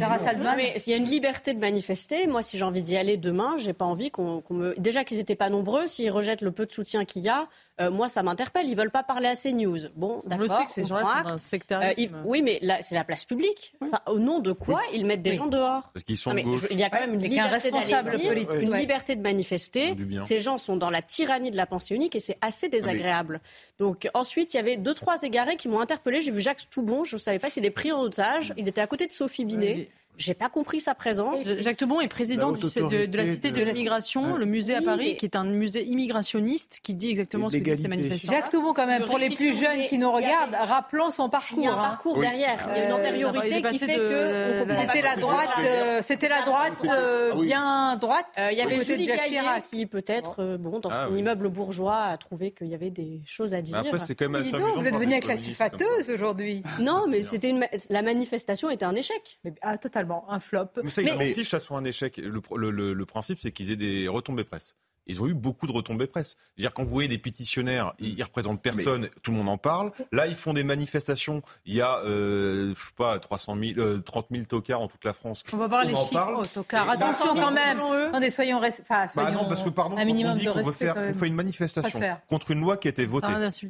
mais il y a une liberté de manifester. Moi, si j'ai envie d'y aller demain, j'ai pas envie déjà qu'ils n'étaient pas nombreux, s'ils rejettent le peu de soutien qu'il y a, moi, ça m'interpelle. Ils veulent pas parler à CNews. Bon, d'accord. On le sait que ces gens-là sont un sectarisme. Oui, mais là, c'est la place publique. Enfin, au nom de quoi ils mettent des gens dehors? Parce qu'ils sont de gauche. Il y a quand même une liberté d'aller dire, une liberté de manifester. Ces gens sont dans la tyrannie de la pensée unique et c'est assez désagréable. Donc ensuite, il y avait 2-3 égarés qui m'ont interpellé. J'ai vu Jacques Toubon. Je ne savais pas s'il est pris en otage. Il était à côté de Sophie Binet. J'ai pas compris sa présence. Jacques Toubon est président de la Cité de l'immigration, le musée à Paris, qui est un musée immigrationniste qui dit exactement ce que disent ces manifestants. Jacques Toubon, quand même, pour les plus jeunes qui nous regardent, rappelons son parcours. Il y a un parcours derrière, il y a une antériorité qui fait que on comprend c'était la droite bien droite. Il y avait Julie Gaillet qui peut-être, dans son immeuble bourgeois, a trouvé qu'il y avait des choses à dire. Après, c'est quand même assez amusant. Vous êtes venu avec la sufateuse aujourd'hui. Non, mais la manifestation était un échec. Totalement. Un flop. Mais ça, ils s'en fichent, ça soit un échec. Le principe, c'est qu'ils aient des retombées presse. ils ont eu beaucoup de retombées presse. C'est-à-dire quand vous voyez des pétitionnaires, ils représentent personne, tout le monde en parle. Là, ils font des manifestations. Il y a, 30 000 tocards en toute la France. On va voir les chiffres aux tocards. Attention quand même. Attendez, soyons non, parce que pardon, un minimum on dit de qu'on respect. on fait une manifestation contre une loi qui a été votée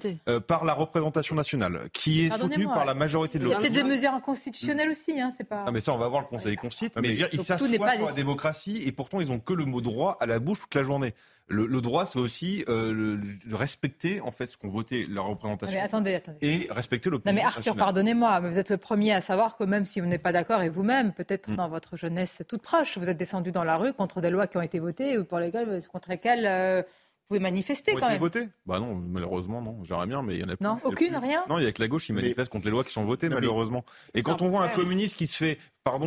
par la représentation nationale, qui est soutenue par la majorité de l'opposition. Il y a peut-être des mesures inconstitutionnelles aussi, c'est pas. Non, mais ça, on va voir le Conseil constitutionnel. Mais ils s'assoient sur la démocratie et pourtant ils ont que le mot droit à la bouche toute la journée. Le droit, c'est aussi de respecter en fait ce qu'ont voté la représentation. Mais attendez. Et respecter l'opinion. Non mais Arthur, pardonnez-moi, mais vous êtes le premier à savoir que même si vous n'êtes pas d'accord, et vous-même, peut-être dans votre jeunesse toute proche, vous êtes descendu dans la rue contre des lois qui ont été votées ou contre lesquelles vous pouvez manifester quand même. Voté ? Bah non, malheureusement non. J'aimerais bien, mais il y en a plus. Non, aucune, rien. Non, il y a que la gauche qui manifeste contre les lois qui sont votées, malheureusement. Et quand on voit un communiste qui se fait,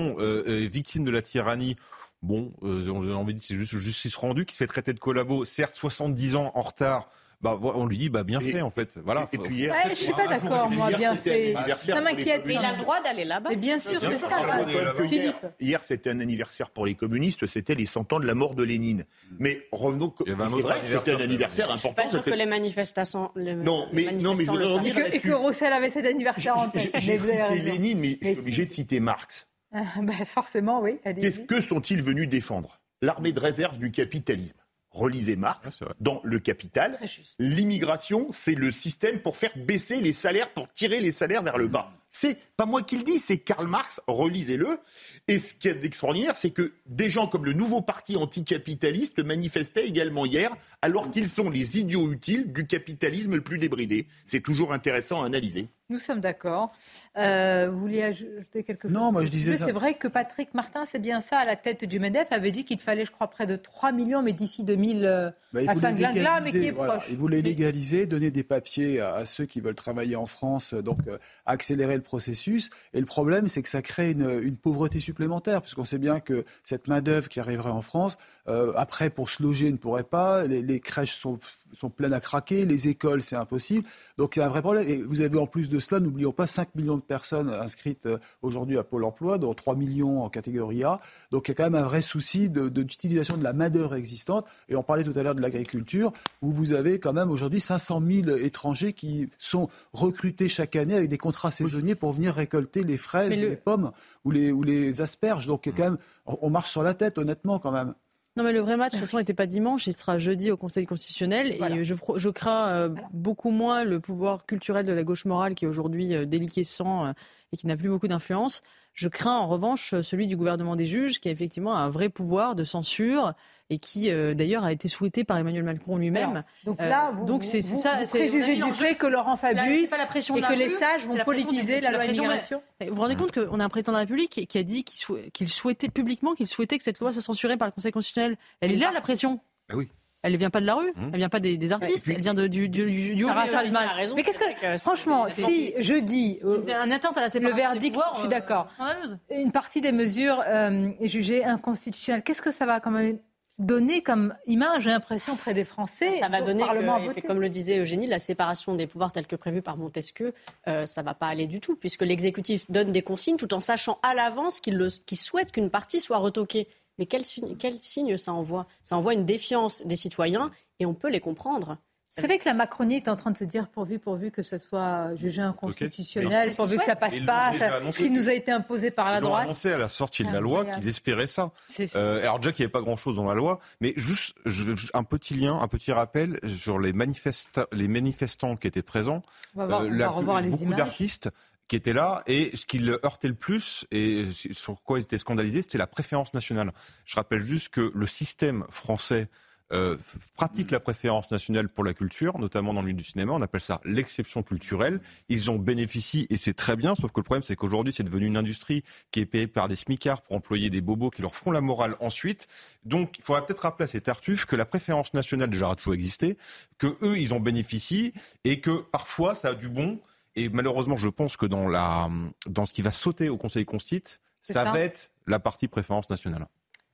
victime de la tyrannie. Bon, j'ai envie de dire, c'est juste justice rendue, qui se fait traiter de collabo, certes 70 ans en retard. On lui dit bien fait en fait. Voilà. Et puis hier, je suis pas d'accord, moi, bien fait. Ça m'inquiète. Mais il a le droit d'aller là-bas. Mais bien sûr, c'est ça. Philippe. Hier, c'était un anniversaire pour les communistes, c'était les 100 ans de la mort de Lénine. Mais revenons, c'est vrai, c'était un anniversaire important. Je suis pas sûr que les manifestants. Non, mais je voudrais revenir et que Roussel avait cet anniversaire en tête. J'ai cité Lénine, mais je suis obligé de citer Marx. Forcément, oui. Que sont-ils venus défendre ? L'armée de réserve du capitalisme. Relisez Marx dans Le Capital. L'immigration, c'est le système pour faire baisser les salaires, pour tirer les salaires vers le bas. C'est pas moi qui le dis, c'est Karl Marx, relisez-le. Et ce qui est extraordinaire, c'est que des gens comme le nouveau parti anticapitaliste manifestaient également hier, alors qu'ils sont les idiots utiles du capitalisme le plus débridé. C'est toujours intéressant à analyser. Nous sommes d'accord. Vous vouliez ajouter quelque chose ? Non, moi je disais ça. C'est vrai que Patrick Martin, c'est bien ça, à la tête du MEDEF, avait dit qu'il fallait, je crois, près de 3 millions, mais d'ici 2000 à Saint-Glingla, mais qui est proche. Il voulait légaliser, donner des papiers à ceux qui veulent travailler en France, donc accélérer le processus. Et le problème, c'est que ça crée une pauvreté supplémentaire, puisqu'on sait bien que cette main-d'œuvre qui arriverait en France, après, pour se loger, ne pourrait pas. Les crèches sont pleines à craquer, les écoles, c'est impossible. Donc il y a un vrai problème. Et vous avez en plus de cela, n'oublions pas, 5 millions de personnes inscrites aujourd'hui à Pôle emploi, dont 3 millions en catégorie A. Donc il y a quand même un vrai souci d'utilisation de la main-d'œuvre existante. Et on parlait tout à l'heure de l'agriculture, où vous avez quand même aujourd'hui 500 000 étrangers qui sont recrutés chaque année avec des contrats saisonniers pour venir récolter les fraises, les pommes ou les asperges. Donc il y a quand même, on marche sur la tête, honnêtement, quand même. Non, mais le vrai match, de toute façon, n'était pas dimanche, il sera jeudi au Conseil constitutionnel. Voilà. Et je crains beaucoup moins le pouvoir culturel de la gauche morale qui est aujourd'hui déliquescent et qui n'a plus beaucoup d'influence. Je crains en revanche celui du gouvernement des juges qui a effectivement un vrai pouvoir de censure et qui d'ailleurs a été souhaité par Emmanuel Macron lui-même. Donc là, vous préjugez du fait que Laurent Fabius et que les sages vont politiser la loi immigration. Vous vous rendez compte qu'on a un président de la République qui a dit qu'il souhaitait publiquement qu'il souhaitait que cette loi soit censurée par le Conseil constitutionnel. Elle est là, la pression. Oui. Elle ne vient pas de la rue, elle ne vient pas des artistes, elle vient du haut. Mais qu'est-ce que, franchement, si jeudi, un atteinte à la séparation le verdict, pouvoirs, je suis d'accord, une partie des mesures est jugée inconstitutionnelle, qu'est-ce que ça va quand même donner comme image, j'ai l'impression, auprès des Français? Ça va donner, comme le disait Eugénie, la séparation des pouvoirs telle que prévue par Montesquieu, ça ne va pas aller du tout, puisque l'exécutif donne des consignes tout en sachant à l'avance qu'il souhaite qu'une partie soit retoquée. Mais quel signe ça envoie ? Ça envoie une défiance des citoyens et on peut les comprendre. Vous savez que la Macronie est en train de se dire pourvu que ça soit jugé inconstitutionnel, pourvu que ça passe pas, ce qui nous a été imposé par la droite. Ils ont annoncé à la sortie de la loi qu'ils espéraient ça. Alors déjà qu'il n'y avait pas grand-chose dans la loi, mais juste un petit rappel sur les manifestants qui étaient présents. On va revoir les beaucoup images. D'artistes qui étaient là, et ce qui le heurtait le plus, et sur quoi ils étaient scandalisés, c'était la préférence nationale. Je rappelle juste que le système français pratique la préférence nationale pour la culture, notamment dans le milieu du cinéma. On appelle ça l'exception culturelle. Ils en bénéficient et c'est très bien, sauf que le problème, c'est qu'aujourd'hui, c'est devenu une industrie qui est payée par des smicards pour employer des bobos qui leur font la morale ensuite. Donc, il faudra peut-être rappeler à ces tartuffes que la préférence nationale, déjà, a toujours existé, que eux, ils en bénéficient et que parfois, ça a du bon. Et malheureusement, je pense que dans ce qui va sauter au Conseil constitutionnel, ça va être la partie préférence nationale. Philippe ?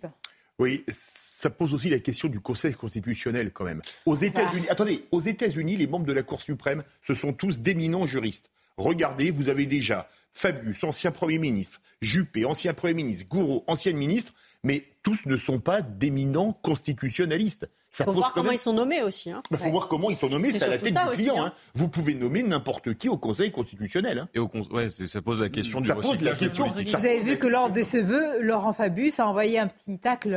Oui, ça pose aussi la question du Conseil constitutionnel quand même. Aux États-Unis, les membres de la Cour suprême, ce sont tous d'éminents juristes. Regardez, vous avez déjà Fabius, ancien Premier ministre, Juppé, ancien Premier ministre, Gouraud, ancienne ministre, mais tous ne sont pas d'éminents constitutionnalistes. Il faut voir comment ils sont nommés aussi. Il faut voir comment ils sont nommés, c'est à la tête du client. Aussi, Vous pouvez nommer n'importe qui au Conseil constitutionnel. Et ça pose la question du recyclage politique. Vous avez vu que lors de ce vœu, Laurent Fabius a envoyé un petit tacle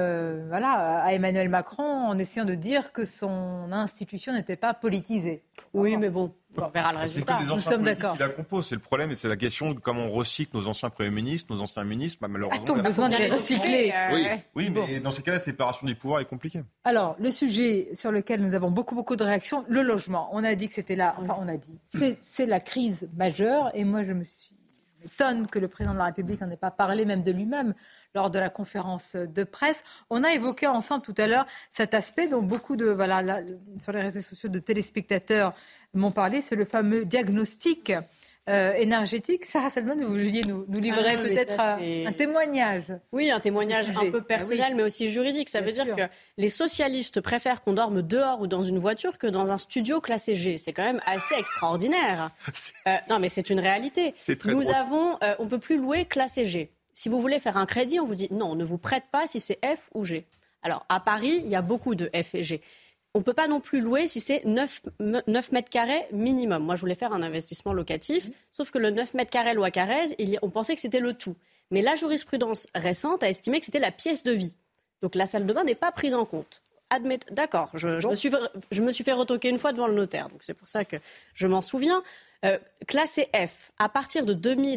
à Emmanuel Macron en essayant de dire que son institution n'était pas politisée. Oui, mais bon, on verra le résultat. Nous sommes d'accord. Qui la composent, c'est le problème, et c'est la question de comment on recycle nos anciens premiers ministres, nos anciens ministres. Malheureusement, on a besoin de les recycler. Oui, mais dans ces cas-là, la séparation des pouvoirs est compliquée. Alors, le sujet sur lequel nous avons beaucoup de réactions, le logement. On a dit que c'était là. Enfin, on a dit. C'est la crise majeure, et moi, je m'étonne que le président de la République n'en ait pas parlé, même de lui-même, lors de la conférence de presse. On a évoqué ensemble tout à l'heure cet aspect dont beaucoup sur les réseaux sociaux de téléspectateurs m'ont parlé, c'est le fameux diagnostic énergétique. Sarah Salmon, vous vouliez nous livrer peut-être un témoignage. Oui, un témoignage un peu personnel, mais aussi juridique. Ça veut dire que les socialistes préfèrent qu'on dorme dehors ou dans une voiture que dans un studio classé G. C'est quand même assez extraordinaire. Non, mais c'est une réalité. On peut plus louer classé G. Si vous voulez faire un crédit, on vous dit non, on ne vous prête pas si c'est F ou G. Alors, à Paris, il y a beaucoup de F et G. On ne peut pas non plus louer si c'est 9 mètres carrés minimum. Moi, je voulais faire un investissement locatif, sauf que le 9 mètres carrés loi Carrez, on pensait que c'était le tout. Mais la jurisprudence récente a estimé que c'était la pièce de vie. Donc, la salle de bain n'est pas prise en compte. D'accord, je me suis fait retoquer une fois devant le notaire, donc c'est pour ça que je m'en souviens. Classé F, à partir de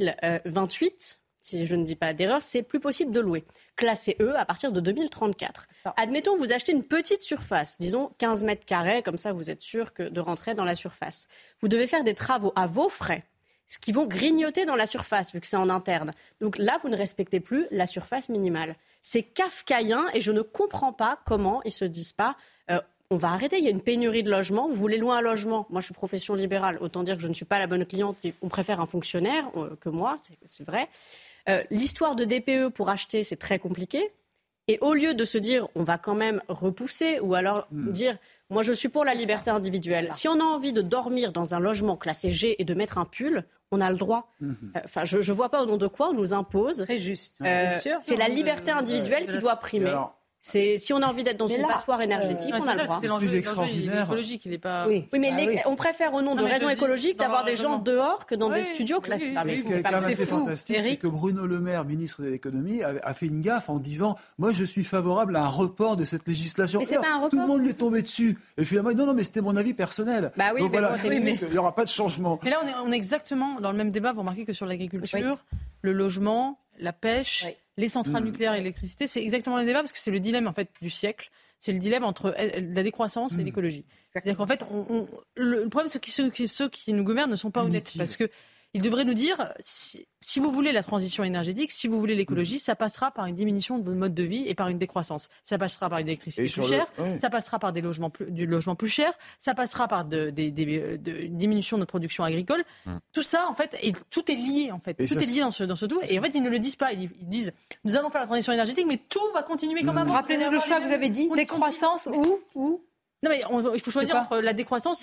2028... si je ne dis pas d'erreur, c'est plus possible de louer. Classé E à partir de 2034. Admettons, vous achetez une petite surface, disons 15 mètres carrés, comme ça vous êtes sûr de rentrer dans la surface. Vous devez faire des travaux à vos frais, ce qui vont grignoter dans la surface, vu que c'est en interne. Donc là, vous ne respectez plus la surface minimale. C'est kafkaïen et je ne comprends pas comment ils ne se disent pas... on va arrêter, il y a une pénurie de logements. Vous voulez louer un logement? Moi, je suis profession libérale. Autant dire que je ne suis pas la bonne cliente. On préfère un fonctionnaire que moi, c'est vrai. L'histoire de DPE pour acheter, c'est très compliqué. Et au lieu de se dire, on va quand même repousser, ou alors dire, moi, je suis pour la liberté individuelle. Si on a envie de dormir dans un logement classé G et de mettre un pull, on a le droit. Enfin, je ne vois pas au nom de quoi on nous impose. Très juste. C'est la liberté individuelle qui doit primer. Si on a envie d'être dans une passoire énergétique, on a le droit. C'est l'enjeu écologique, il n'est pas... Oui, mais on préfère au nom de raisons écologiques d'avoir des gens dehors que dans des studios classés. Ce qui est quand même assez fantastique, c'est que Bruno Le Maire, ministre de l'économie, a fait une gaffe en disant « Moi, je suis favorable à un report de cette législation. » Mais c'est pas un report. Tout le monde lui est tombé dessus. Et finalement, non, mais c'était mon avis personnel. Donc voilà, il n'y aura pas de changement. Mais là, on est exactement dans le même débat. Vous remarquez que sur l'agriculture, le logement, la pêche... Les centrales nucléaires et l'électricité, c'est exactement le débat parce que c'est le dilemme en fait du siècle. C'est le dilemme entre la décroissance et l'écologie. C'est-à-dire qu'en fait, le problème, c'est que ceux qui nous gouvernent ne sont pas honnêtes parce que ils devraient nous dire si vous voulez la transition énergétique, si vous voulez l'écologie, ça passera par une diminution de votre mode de vie et par une décroissance. Ça passera par une électricité plus chère, ça passera par du logement plus cher, ça passera par de diminution de notre production agricole. Tout ça, en fait, tout est lié, en fait. Tout est lié dans ce tout. Et en fait, ils ne le disent pas. Ils disent, nous allons faire la transition énergétique, mais tout va continuer quand même. Rappelez-nous le choix que vous avez dit, décroissance ou non mais il faut choisir entre la décroissance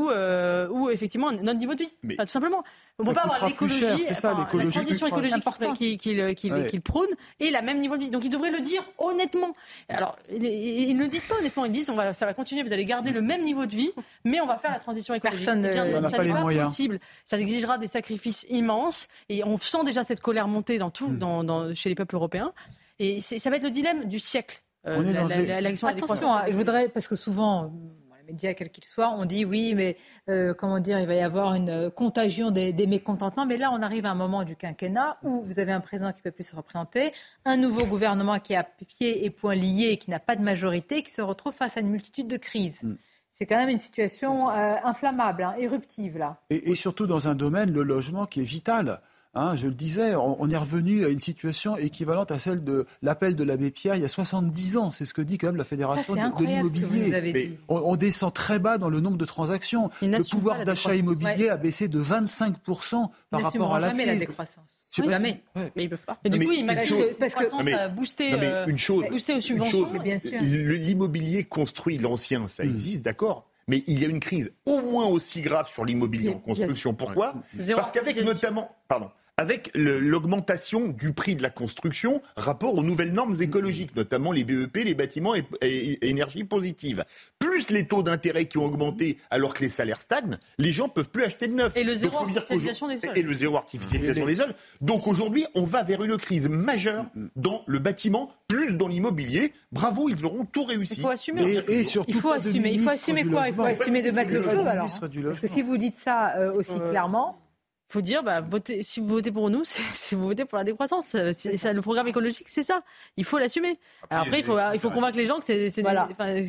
ou effectivement notre niveau de vie. Tout simplement. On ne peut pas avoir l'écologie, la transition écologique qu'il prône et le même niveau de vie. Donc ils devraient le dire honnêtement. Alors ils ne le disent pas honnêtement. Ils disent ça va continuer, vous allez garder le même niveau de vie, mais on va faire la transition écologique. On n'a pas les moyens. Possible. Ça exigera des sacrifices immenses et on sent déjà cette colère monter chez les peuples européens. Et ça va être le dilemme du siècle. Attention, je voudrais, parce que souvent, les médias, quels qu'ils soient, on dit oui, mais il va y avoir une contagion des mécontentements. Mais là, on arrive à un moment du quinquennat où vous avez un président qui ne peut plus se représenter, un nouveau gouvernement qui est à pieds et poings liés, qui n'a pas de majorité, qui se retrouve face à une multitude de crises. C'est quand même une situation inflammable, éruptive, là. Et surtout dans un domaine, le logement, qui est vital. Je le disais, on est revenu à une situation équivalente à celle de l'appel de l'abbé Pierre il y a 70 ans. C'est ce que dit quand même la Fédération de l'immobilier. On descend très bas dans le nombre de transactions. Le pouvoir d'achat immobilier a baissé de 25% par rapport à la crise. La décroissance. Jamais. Mais ils ne peuvent pas. Mais du coup, ils mettent la croissance à booster aux subventions. Bien sûr. L'immobilier construit, l'ancien, ça existe, d'accord. Mais il y a une crise au moins aussi grave sur l'immobilier en construction. Pourquoi ? Parce qu'avec avec l'augmentation du prix de la construction rapport aux nouvelles normes écologiques, notamment les BEP, les bâtiments et énergie positive. Plus les taux d'intérêt qui ont augmenté alors que les salaires stagnent, les gens ne peuvent plus acheter de neuf. Et le zéro artificialisation des sols. Et le zéro artificialisation des sols. Donc aujourd'hui, on va vers une crise majeure dans le bâtiment, plus dans l'immobilier. Bravo, ils auront tout réussi. Il faut assumer. Et surtout, il faut assumer quoi? Il faut assumer de mettre le feu alors. Parce que si vous dites ça aussi clairement... Il faut dire, si vous votez pour nous, c'est vous votez pour la décroissance. Le programme écologique, c'est ça. Il faut l'assumer. Alors après, il faut convaincre les gens que c'est nécessaire.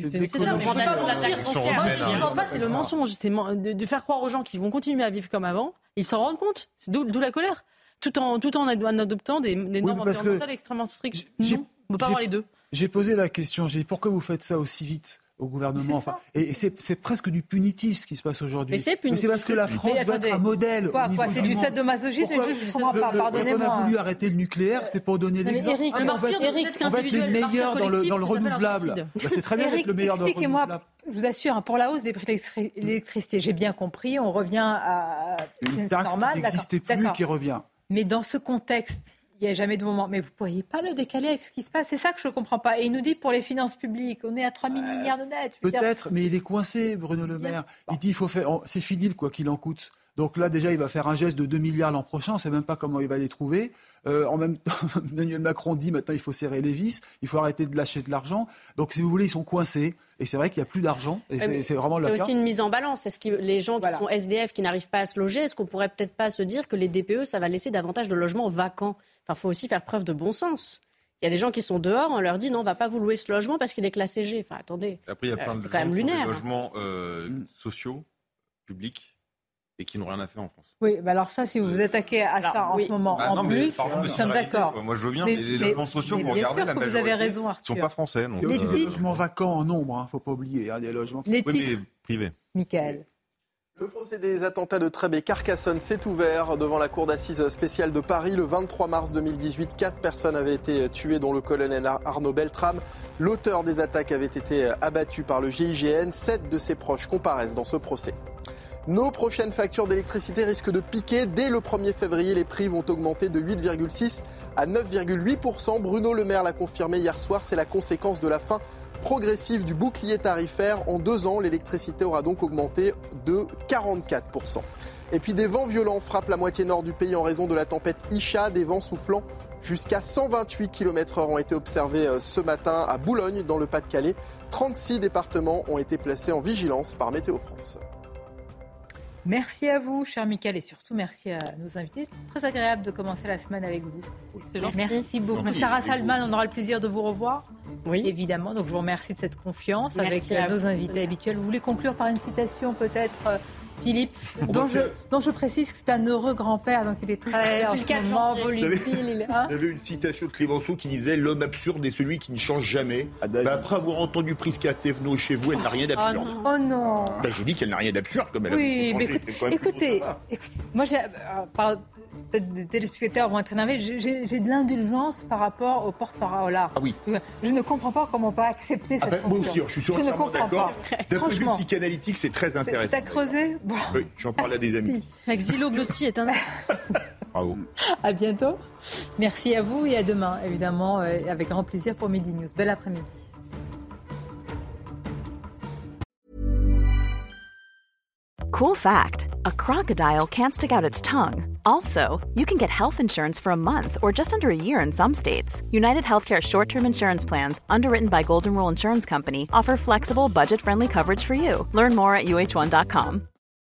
C'est le mensonge. C'est de faire croire aux gens qu'ils vont continuer à vivre comme avant. Ils s'en rendent compte. C'est d'où la colère. Tout en adoptant des normes environnementales extrêmement strictes. On ne peut pas avoir les deux. J'ai posé la question. J'ai dit pourquoi vous faites ça aussi vite au gouvernement. Et c'est presque du punitif ce qui se passe aujourd'hui. Mais c'est punitif. C'est parce que la France doit être un modèle. C'est du sadomasochisme. Je ne comprends pas. Pardonnez-moi. On a voulu arrêter le nucléaire, c'était pour donner l'exemple. On va être les meilleurs dans le renouvelable. C'est très bien d'être le meilleur dans le renouvelable. Expliquez-moi, je vous assure, pour la hausse des prix de l'électricité, j'ai bien compris, on revient à... Une taxe qui n'existait plus qui revient. Mais dans ce contexte, il n'y a jamais de moment. Mais vous ne pourriez pas le décaler avec ce qui se passe. C'est ça que je ne comprends pas. Et il nous dit pour les finances publiques, on est à 3 000 milliards de dettes. Peut-être, mais il est coincé, Bruno Le Maire. Il dit c'est fini quoi qu'il en coûte. Donc là, déjà, il va faire un geste de 2 milliards l'an prochain. On ne sait même pas comment il va les trouver. En même temps, Emmanuel Macron dit maintenant il faut serrer les vis, il faut arrêter de lâcher de l'argent. Donc, si vous voulez, ils sont coincés. Et c'est vrai qu'il n'y a plus d'argent. Et c'est vraiment le cas. C'est aussi une mise en balance. Est-ce que les gens qui sont SDF, qui n'arrivent pas à se loger, est-ce qu'on pourrait peut-être pas se dire que les DPE, ça va laisser davantage de logements vacants? Enfin, il faut aussi faire preuve de bon sens. Il y a des gens qui sont dehors, on leur dit non, on ne va pas vous louer ce logement parce qu'il est classé G. Enfin, attendez. Après, il y a plein de c'est quand même lunaire. Logements sociaux, publics, et qui n'ont rien à faire en France. Oui, alors ça, si vous vous attaquez à ça en ce moment, nous sommes d'accord. Moi, je veux bien, mais les logements sociaux, vous regardez, la majorité, vous avez raison, Arthur. Ils ne sont pas français. Il y a aussi des logements vacants en nombre, il ne faut pas oublier, des logements mais privés. Michael. Le procès des attentats de Trèbes et Carcassonne s'est ouvert devant la cour d'assises spéciale de Paris. Le 23 mars 2018, 4 personnes avaient été tuées, dont le colonel Arnaud Beltrame. L'auteur des attaques avait été abattu par le GIGN. 7 de ses proches comparaissent dans ce procès. Nos prochaines factures d'électricité risquent de piquer. Dès le 1er février, les prix vont augmenter de 8,6 à 9,8%. Bruno Le Maire l'a confirmé hier soir. C'est la conséquence de la fin progressive du bouclier tarifaire. En 2 ans, l'électricité aura donc augmenté de 44%. Et puis des vents violents frappent la moitié nord du pays en raison de la tempête Isha. Des vents soufflant jusqu'à 128 km/h ont été observés ce matin à Boulogne, dans le Pas-de-Calais. 36 départements ont été placés en vigilance par Météo France. Merci à vous, cher Michael, et surtout merci à nos invités. C'est très agréable de commencer la semaine avec vous. C'est gentil. Merci beaucoup. Sarah Salman, on aura le plaisir de vous revoir. Oui. Évidemment, donc je vous remercie de cette confiance merci avec nos invités habituels. Vous voulez conclure par une citation peut-être, Philippe, dont je précise que c'est un heureux grand-père, donc il est très volubile. Il y avait une citation de Clémenceau qui disait « L'homme absurde est celui qui ne change jamais ». Après avoir entendu Prisca Thévenot chez vous, elle n'a rien d'absurde. Oh non. J'ai dit qu'elle n'a rien d'absurde, comme elle a Oui, mais écoutez, moi j'ai... Peut-être des téléspectateurs vont être énervés. J'ai de l'indulgence par rapport au porte-parole. Ah oui. Je ne comprends pas comment on peut accepter cette fonction. Moi aussi, je suis sûrement d'accord. D'un point de vue psychanalytique, c'est très intéressant. C'est à creuser. Bon. Oui, j'en parle à des amis. La xyloglossie est un... Bravo. À bientôt. Merci à vous et à demain, évidemment, avec grand plaisir pour Midi News. Bel après-midi. Cool fact, a crocodile can't stick out its tongue. Also, you can get health insurance for a month or just under a year in some states. United Healthcare short-term insurance plans, underwritten by Golden Rule Insurance Company, offer flexible, budget-friendly coverage for you. Learn more at uh1.com.